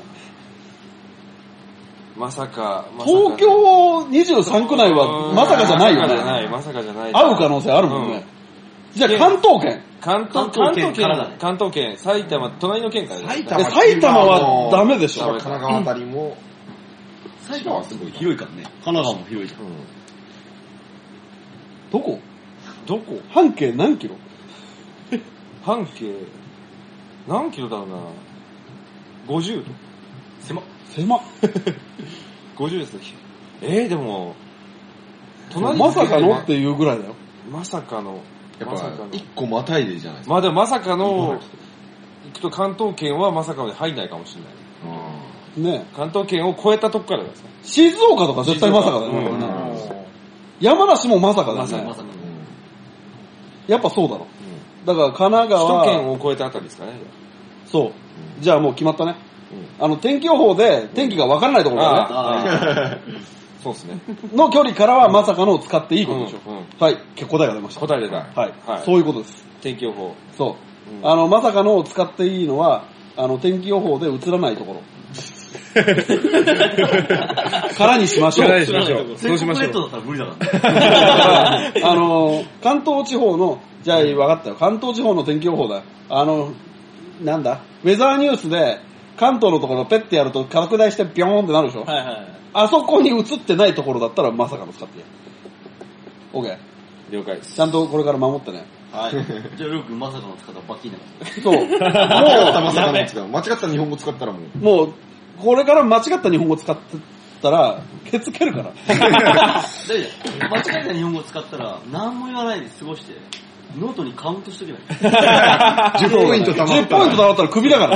まさか。 東京23区内はまさかじゃないよね。 まさかじゃない。 会う可能性あるもんね。じゃあ関東圏。 関東圏、埼玉、隣の県からね。 埼玉はダメでしょ。 神奈川あたりも、 埼玉はすごい広いからね。神奈川も広いじゃん。 どこどこ半径何キロ？ 半径、何キロだろうな。50と。 狭っ。 50ですね。でも、 まさかのっていうぐらいだよ。 まさかの。 やっぱ、一個またいでじゃないですか。 まあでもまさかの、行くと関東圏はまさかの入んないかもしれない。 ね関東圏を超えたとこからですね。 静岡とか絶対まさかだよね。山梨もまさかだよね。 まさか。 やっぱそうだろ。だから神奈川。 首都圏を超えたあたりですかね。 そう。じゃあもう決まったね。天気予報で天気が分からないところだね。 そうですね。 の距離からはまさかのを使っていいことでしょ。はい。答えが出ました。 答え出た。 はい。そういうことです。 天気予報。 そう。まさかのを使っていいのは、天気予報で映らないところ。からにしましょう。 そうしましょう。 全国ネットだったら無理だからね。 関東地方の、じゃあ分かったよ。関東地方の天気予報だ。なんだウェザーニュースで、関東のところペッてやると拡大してビョーンってなるでしょ。あそこに映ってないところだったらまさかの使ってやる。OK。 了解です。 ちゃんとこれから守ってね。 はい。じゃあ、りょうくんまさかの使ったらバッキーになる。 そう。 まさかの使う。間違った日本語使ったらもう。 もう、これから間違った日本語使ってたら、ケツ蹴るから。 間違った日本語使ったら、何も言わないで過ごして、ノートにカウントしとけばいい。 10ポイント貯まったら。 10ポイント貯まったらクビだから。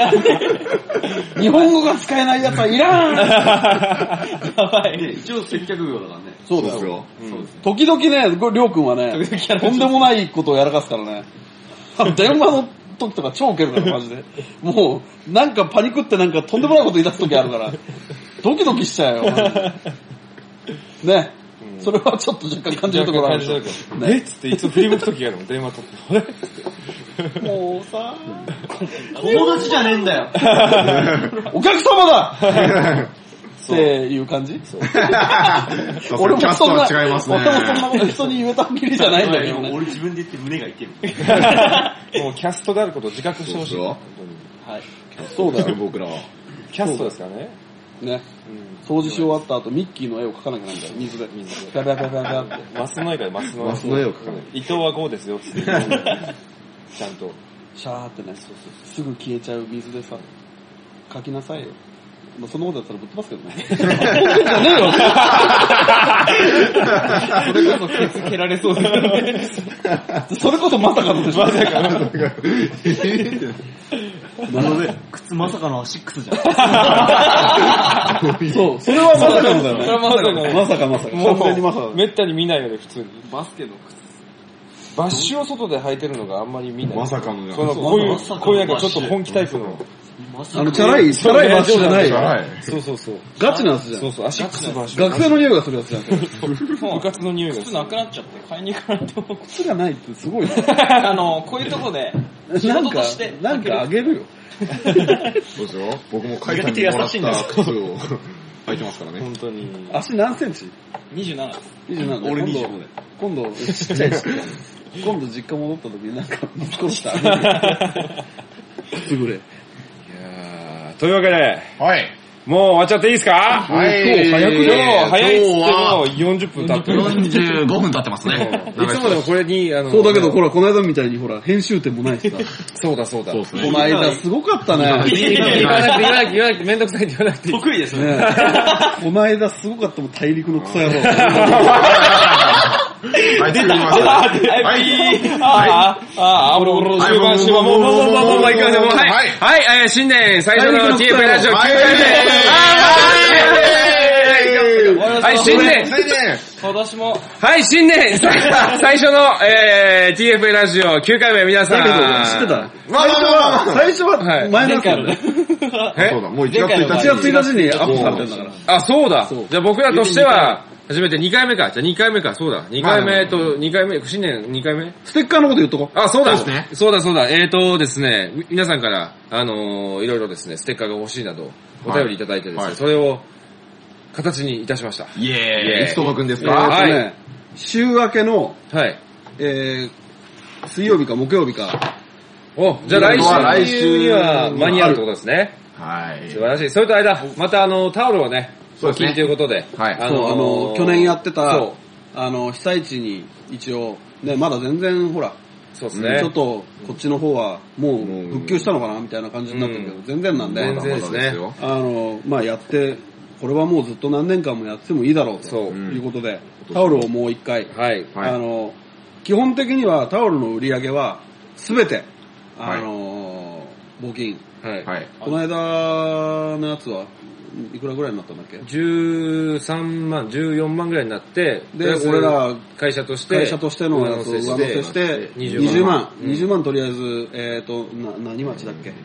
日本語が使えないやつはいらん。やばい。一応接客業だからね。 そうですよ。時々ね、りょうくんはね、とんでもないことをやらかすからね。電話の時とか超ウケるから、マジで。もう、なんかパニクってなんかとんでもないこと言い出す時あるから、ドキドキしちゃうよ。ね。それはちょっと若干感じるところあるでしょ。 ねっつっていつも振り向く時があるもん、電話取って。 もうさ、 友達じゃねえんだよ。 お客様だっていう感じ俺もそんな、俺もそんなこと人に言えたきりじゃないんだけどね。 俺自分で言って胸が痛い。 もうキャストであることを自覚してほしい。はい。 そうだよ、 僕らは。 キャストですからね。 ね。掃除し終わった後、ミッキーの絵を描かなきゃなんだよ、水で。ピャピャピャピャピャって。 マスの絵からマスの絵を描かない。 伊藤はこうですよ、つって。ちゃんと。 シャーってね、すぐ消えちゃう水でさ、描きなさいよ。まあ、そんなことやったらぶっ飛ばすけどね。本当じゃねえよ。 それこそケツ蹴られそうだよね。 それこそまさかのでしょ。まさかの。 なので、靴まさかのアシックスじゃん。 そう、それはまさかのだよね。 それはまさかの。 まさかまさか。完全にまさか。 めったに見ないよね、普通に。 バスケの靴。 バッシュを外で履いてるのがあんまり見ない。 まさかのじゃん。 こういうなんかちょっと本気タイプの。 チャラい場所じゃないよ。 そうそうそう。 ガチなやつじゃん。 そうそう、アシックスバージョン。 学生の匂いがするやつじゃん。 部活の匂いがする。 靴なくなっちゃって買いに行かないと。 靴がないってすごいね。 こういうとこで、仕事として。 なんかあげるよ。 そうですよ。僕も書いてもらった靴を履いてますからね。 本当に。 足何センチ 27です。 27。 俺25で。 今度、ちっちゃいし。今度実家戻った時になんか、殺してあげる。すぐれ。 いやー、というわけで、 はい。 もう終わっちゃっていいですか？ はい。 今日早くね早いっつっても40分経ってる。 45分経ってますね。 いつもでもこれに、 そうだけど、ほら、この間みたいにほら、編集点もないしさ。 そうだそうだ。 そうですね。 この間すごかったね。 言わなくて、めんどくさいって言わなくていい。 得意ですね。 ねこの間すごかったもん、大陸の草野郎。 はい、作りました。 終盤、もう行きましょう。はい、新年最初の TF ラジオ9回目。はい、新年。 今年も。 はい、新年最初の TF ラジオ9回目、皆さん。 だけど、知ってた最初は前のやつだよね。 そうだ、もう1月1 1 日。 月1日にアップされてるんだから。 あ、そうだ。 そうじゃあ僕らとしては、初めて2回目か。じゃあ2回目か。そうだ。2回目と2回目、新年2回目ステッカーのこと言っとこう。 あ、そうだ。 そうですねそうだ。ですね、皆さんから、いろいろですね、ステッカーが欲しいなど、お便りいただいてですね、 はいそれを形にいたしました。 イェーイ。いつ届くんですか？ はい週明けの、 はい。 水曜日か木曜日か。 お、じゃあ来週には間に合うってことですね。 はい。 素晴らしい。それと間、またタオルをね、 そうですね募金ということで、 はい。 そう、去年やってたそ、 被災地に一応、ね、まだ全然ほら、 そうですね。 ちょっとこっちの方はもう復旧したのかなみたいな感じになってるけど、全然なんで、 全然ですねまあやって、これはもうずっと何年間もやってもいいだろうとそういうことで、タオルをもう一回、 はい。 はい基本的にはタオルの売り上げは全て、 はい募金。 はい。 はい。 この間のやつはいくらぐらいになったんだっけ 13万、14万ぐらいになって、 で、 プラス俺ら会社としてのやつを上乗せして、20万。20万とりあえず、何町だっけ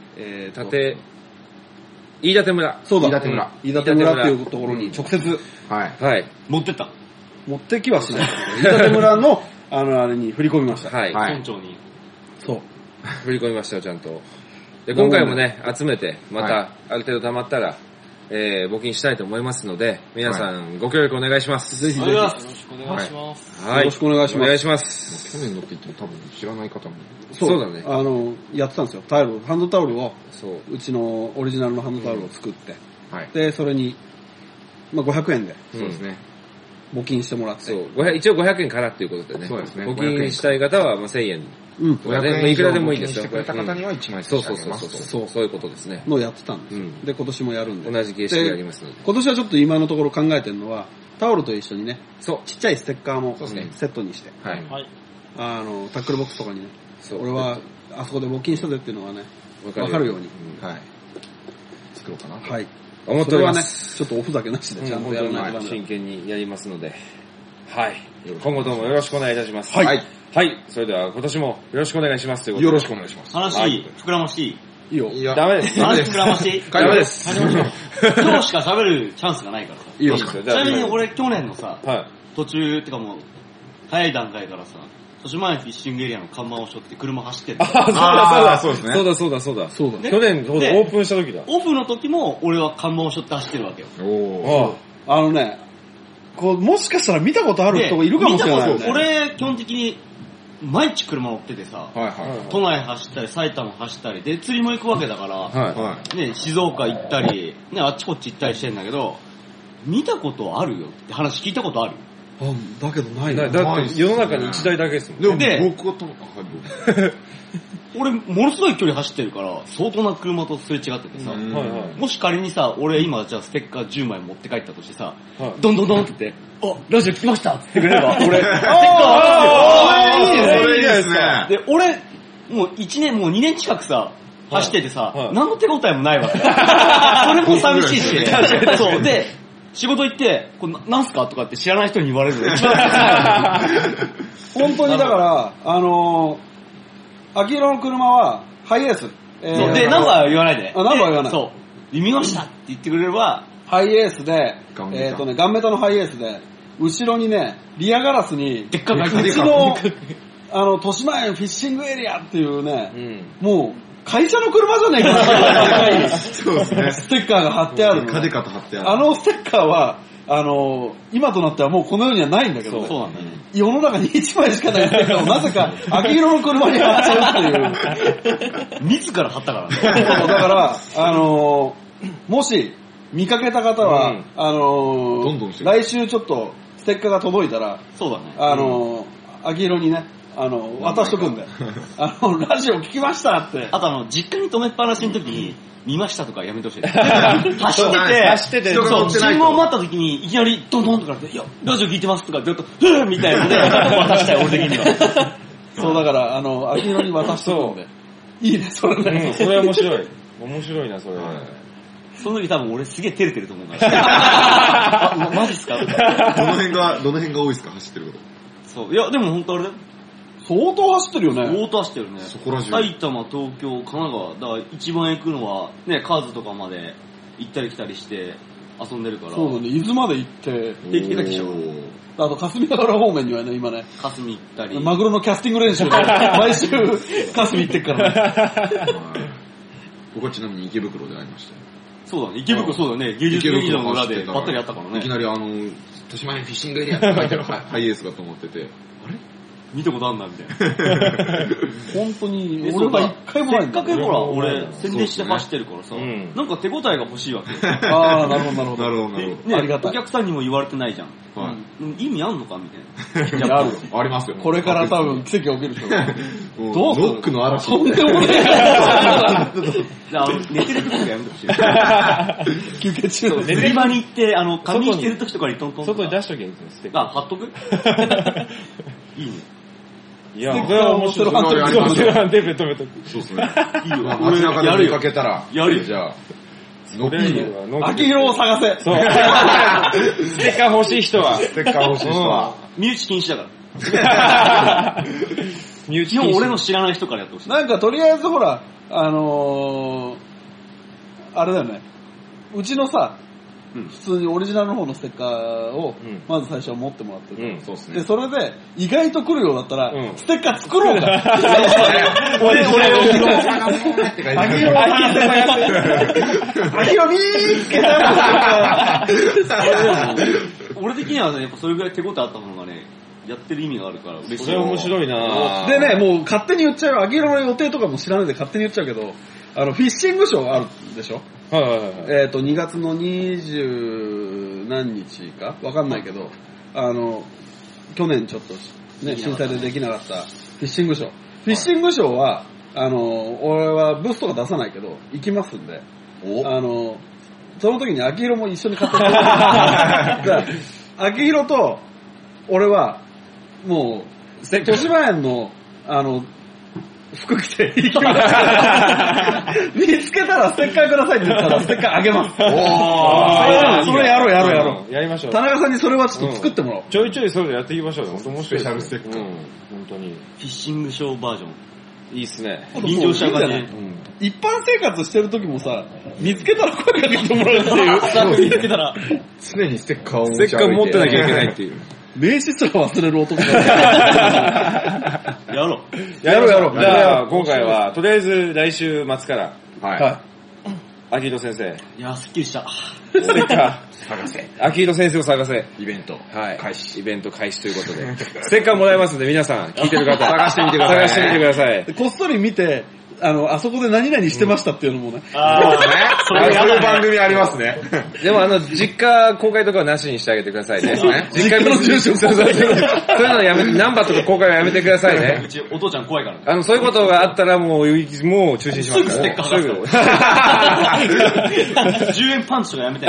飯舘村。 そうだ。 飯舘村。 飯舘村っていうところに直接はい。 はい。 持ってった。 持ってきはしないけど。飯舘村の、あれに振り込みました。 はい。 はい村長に。 そう。 振り込みましたよ、ちゃんと。で、今回もね、集めて、まはた、ある程度貯まったら、募金したいと思いますので、皆さんご協力お願いします。 ぜひぜひ。 ありがよとうございます。 よろしくお願いします。 はい。 ろしくお願いします。 お願いします。 去年のって言っても多分知らない方も。 そうだね。 やってたんですよ。タオル、ハンドタオルを、 そう。 うちのオリジナルのハンドタオルを作って、 はい。 で、それに、まあ500円でそうですね。 募金してもらって。 そう。一応500円からっていうことでね。 そうですね募金したい方は、まあ1000円。 うん。 500円いくらでもいいですよ。 してくれた方には1枚そう差し上げますと。 そういうことですね。 のやってたんですよ。 うんで、今年もやるんで。 同じ形式でやりますので。 今年はちょっと今のところ考えてるのは、タオルと一緒にね、 そう。 ちっちゃいステッカーもそうですねセットにして、 はい。 はい。 タックルボックスとかにね、 そう。 俺はあそこで募金したぜっていうのがね、 わわかるように。 はい。作ろうかなと。 はい。 思っておりまそれはね、 す。 ちょっとおふざけなしでちゃんとやらないとダメだ。 真剣にやりますので。はい。今後ともよろしくお願いいたします。 はいはい。 はい。それでは今年もよろしくお願いしますということで。 よろしくお願いします。 話、 はい膨らましていいいいよ。 いやダメです。 話膨らましていいダメです。 今日しか喋るチャンスがないからさ。 いいよ。 いいですよちなみに俺去年のさ、 はい。 途中ってかもう、早い段階からさ、豊島園フィッシングエリアの看板を背負って車走ってる。 あーそうですねそうだそうだそうだ。 そうだ。 ね去年、そうだ、 でオープンした時だ。 オフの時も俺は看板を背負って走ってるわけよ。 おー。 ああのね、こう、もしかしたら見たことある人がいるかもしれないよね。 見たこと俺、基本的に、毎日車乗っててさ、 はいはい。 都内走ったり、埼玉走ったり、で、釣りも行くわけだから、 はい。 はね、静岡行ったり、ね、あっちこっち行ったりしてんだけど、見たことあるよって話聞いたことある。 あだけどないな。 だって世の中に1台だけですもん。 い。ででも僕は多分、 俺、ものすごい距離走ってるから、相当な車とすれ違っててさ、 うんはいはい。 もし仮にさ、俺今じゃあステッカー10枚持って帰ったとしてさ、 はいどんどんどんって言って、あ、ラジオ聞きましたって言ってくれれば、俺、ステッカーあーいいねそれいいですね。 で、俺、もう1年、もう2年近くさ、走っててさ、 はい何の手応えもないわけ。それも寂しいし、そう。で、仕事行って、これなんすかとかって知らない人に言われるの一番本当にだから、秋色の車は、ハイエース。 そうで、ナンバーは言わないで。 あナンバーは言わないそう。見ましたって言ってくれれば、 ハイエースで、 ガンメタガンメタのハイエースで、後ろにね、リアガラスに、 でっかくうちの、豊島園フィッシングエリアっていうね、もう、会社の車じゃねえかそうですね。 ステッカーが貼ってあるの。 カデカと貼ってある。 あのステッカーは、今となってはもうこの世にはないんだけど、 そうなんだね。 世の中に1枚しかないステッカーをなぜか秋色の車に貼っちゃうっていう。 自ら貼ったからね。 だから、もし見かけた方は、 どんどんしてく来週ちょっとステッカーが届いたら、 そうだね。 秋色にね、渡しとくんで、ラジオ聞きましたって。 あと実家に止めっぱなしの時に、見ましたとかやめてほしい。走ってて、そう、信号待った時に、いきなりドンドンとかって、いや、ラジオ聞いてますとかずっと、ふぅみたいなので、渡したい、俺的には。 そう、だから、秋色に渡しとくんで。いいね、それね。 それ面白い。面白いな、それ。 その時多分俺すげえ照れてると思うから。マジっすかどの辺が多いですか、走ってること。 そう。いや、でも本当あれだよ。 相当走ってるよね。 相当走ってるね。 そこら中埼玉、東京、神奈川。だから一番行くのは、ね、カーズとかまで行ったり来たりして遊んでるから。 そうだね、伊豆まで行って、 平気だけでしょ。 あと霞ヶ浦方面にはね、今ね、 霞行ったり。 マグロのキャスティング練習で、毎週霞行ってっからね。 ここちなみに池袋で会いましたよ。 そうだね、池袋そうだね、芸術劇場の裏でばったりあったからね。 いきなり豊島園フィッシングエリアって書いてあるハイエースだと思ってて、あれ見たことあんなみたいな。 本当に、俺が一回もないんだ。 せっかくほら、俺、宣伝して走ってるからさ、なんか手応えが欲しいわけ。 ああ、なるほど、なるほど。 なるほど、なるほど。 ね、 ありがたいお客さんにも言われてないじゃん。 はい。 意味あんのかみたいな。 いや、あるよ。 ありますよ。 これから多分奇跡起きるでしょ。どうするノックの嵐。 とんでもねえ。 じゃあ、寝てる時とかやめてほしい。 休憩中。 寝てる場に行って、仮眠してる時とかにトントンとか。 外に出しとけんですよ、 あ、貼っとくいいね。 いや、これは面白い。 それはデブ止めとく。 そうですね。 いいよ。 街中で見かけたら、 やるよ。 じゃあ、 ノック。 秋広を探せ。 そう。ステッカー欲しい人は。 ステッカー欲しい人は。 身内禁止だから。 身内基本俺の知らない人からやってほしい。 なんかとりあえずほら、あれだよね。うちのさ、普通にオリジナルの方のステッカーを、まず最初は持ってもらってる。 そうですね。 で、それで、意外と来るようだったら、ステッカー作ろうか。 俺、 秋広見ーつけた俺的にはね、やっぱそれぐらい手応えあったものがね、やってる意味があるから嬉しい。 それ面白いなでね、もう勝手に言っちゃうよ。秋広の予定とかも知らないで勝手に言っちゃうけど、フィッシングショーあるでしょ？ はいはいはい。 2月の20何日かわかんないけど、去年ちょっとね、震災でできなかったフィッシングショー。フィッシングショーは、俺はブースとか出さないけど、行きますんで、その時に秋広も一緒に買ってくれる。秋広と、俺は、もう、豊島園の、服着て行きます。見つけたらステッカーくださいって言ったらステッカーあげます。それやろう。 やりましょう。 田中さんにそれはちょっと作ってもらおう。 ちょいちょいそういうのやっていきましょうね。本当面白い。 スペシャルステッカー。 本当に。 フィッシングショーバージョン。 いいっすね。 臨場者がね。 一般生活してる時もさ、見つけたら声かけてもらうっていう。 見つけたら。 常にステッカーを持ステッカー持ってなきゃいけないっていう。 名刺すら忘れる男だ。 やろう。 じゃあ、今回は、とりあえず来週末から、 はい。 秋人先生。 いやー、すっきりした。 ステッカー。 探せ。 秋人先生を探せ。 イベント。 はい。 開始。 イベント開始ということで。ステッカーもらえますので、皆さん、聞いてる方、 探してみてください。 探してみてください。 こっそり見て、あそこで何々してましたっていうのもね。 そういう番組ありますね。 でも実家公開とかはなしにしてあげてくださいね。 実家の住所そういうのやめて、ナンバーとか公開はやめてくださいね。 うちお父ちゃん怖いからね。 そういうことがあったらもう中止しますから。すぐステッカー10円パンチとかやめて。 い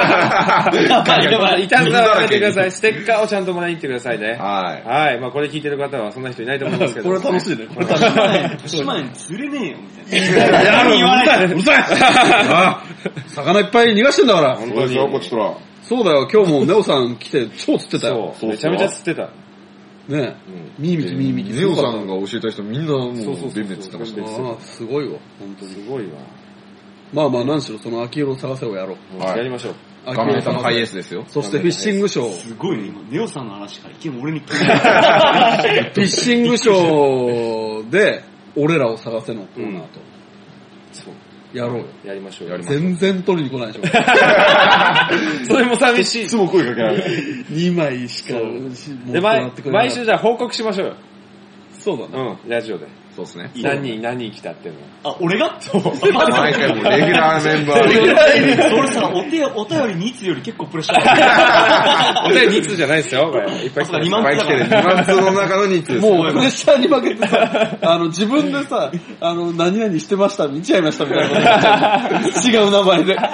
たずらはやめてください。ステッカーをちゃんともらいに行ってくださいね。はい。まあこれ聞いてる方はそんな人いないと思うんですけど。 これ楽しいね。これ楽しい。 豊島園釣れねえよ、みたいな。 言わない。うるさい。魚いっぱい逃がしてんだから。 本当にこっちとら。 そうだよ、今日もネオさん来て超釣ってたよ。 そう。めちゃめちゃ釣ってた。 ねミーミキミーミキ。 ネオさんが教えた人みんなもうベンベンって言ってましたよ。 すごいわ、本当に。 すごいわ。 まあまあ、何しろその秋色を探せをやろう。 やりましょう。 ガメータのハイエースですよ。 そしてフィッシングショー。 すごいね、今、ネオさんの話から一見俺に聞いてフィッシングショーで、俺らを探せのコーナーと。 そう。 やろうよ。 やりましょう。 全然取りに来ないでしょ。 それも寂しい。 いつも声かけられる。 2枚しか持ってで、 もらってくれない。 毎週じゃあ報告しましょうよ。 そうだね。 うん、ラジオで。 そうですね。 何人来たっていうの。 あ、俺がそう。 毎回もうレギュラーメンバーで。 俺さ、お便り2通より結構プレッシャー。 お便り2通じゃないですよ、これ。いっぱい来てる。 2万通だから。 2万通の中の2通。 もうプレッシャーに負けてさ、自分でさ、何々してました、見ちゃいましたみたいなこと言っちゃう。違う名前で。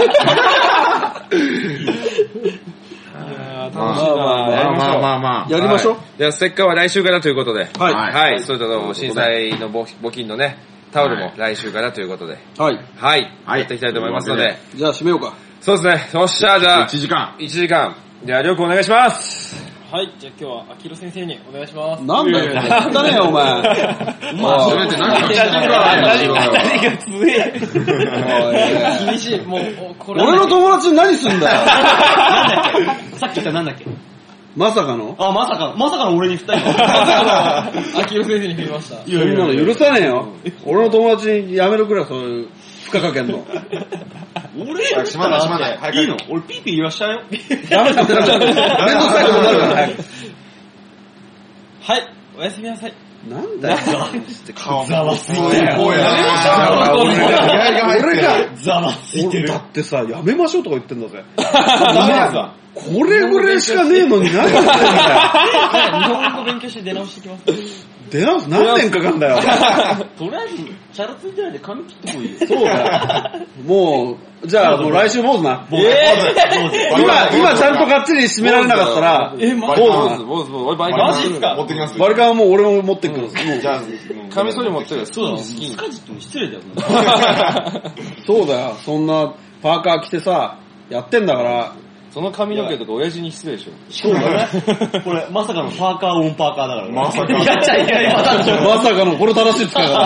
楽しいな。 まあ。 やりましょう。 じゃあ、ステッカーは来週からということで。 はい。 はい。それと震災の募金のね、タオルも来週からということで。 はい。 はい。やっていきたいと思いますので。 じゃあ締めようか。 そうですね。よっしゃ、じゃあ。 1時間。 じゃあ、りょうくんお願いします。 はい、じゃあ今日は秋広先生にお願いします。 なんだよ、やったねよ、お前。 せめて何かしてく何が強い。 厳しい、もう、これ。 俺の友達に何すんだよ。 さっき言ったなんだっけまさかのあ、まさかの俺に振ったよ。 秋広先生に振りました。 そんなの許さねえよ。俺の友達にやめろくらいそういう負荷かけんの。 俺しまない。 いいの俺ピーピー言わしちゃうよ。 ダメだってなっちゃう。めんどくさいことになるから早く。 はい、おやすみなさい。 なんだよ。 ざわついてる。 俺が、 ざわついてる。 だってさ、やめましょうとか言ってんだぜ。これぐらいしかねえのに何やってんだよ。 日本語勉強して出直してきます。 出直す何年かかんだよ。 とりあえず、チャラついてないで髪切ってこいよ。 そうだよ。もう、じゃあもう来週坊主な。今ちゃんとがっちり締められなかったら、 マジっすか持ってきます。 バリカンはもう俺も持ってくる。 じゃあ、 カミソリ持ってる。 そうだ、スカジットに失礼だよ。 そうだよ。そんなパーカー着てさ、やってんだから。 その髪の毛とか親父に失礼でしょ。 そうだね。これ、まさかのパーカーオンパーカーだからね。 まさか。 やっちゃいけないパターンでしょ。 まさかのこれ正しい使い方。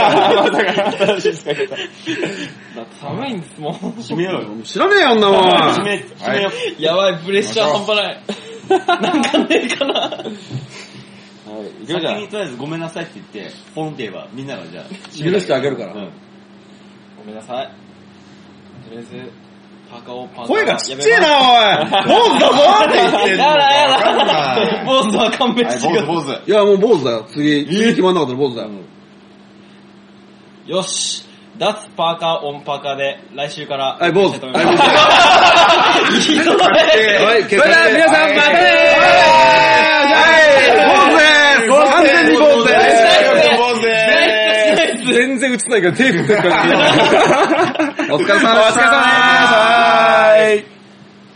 寒いんです、もう。 締めようよ。 知らねえよ、あんなもん。 締めよう。 やばい、プレッシャー半端ない。なんかねえかな。 はい。 先にとりあえずごめんなさいって言って、ポンって言えばみんながじゃあ。 許してあげるから。 ごめんなさい。とりあえず、パーカーをパーカー。 声がちっちゃいな、おい。坊主だぞって言ってんの。 やだ。坊主は勘弁してくださ坊主。 いや、もう坊主だよ。次決まんなかったら坊主だよ。 い。よし。脱パーカーオンパーカーで来週から。 はい、坊主。 はい、 はい、結果。 皆さんまたねー。坊主でーす。完全に坊主でーす。 全然映ってないからテープでかお疲れ様でした。 お疲れ様でした。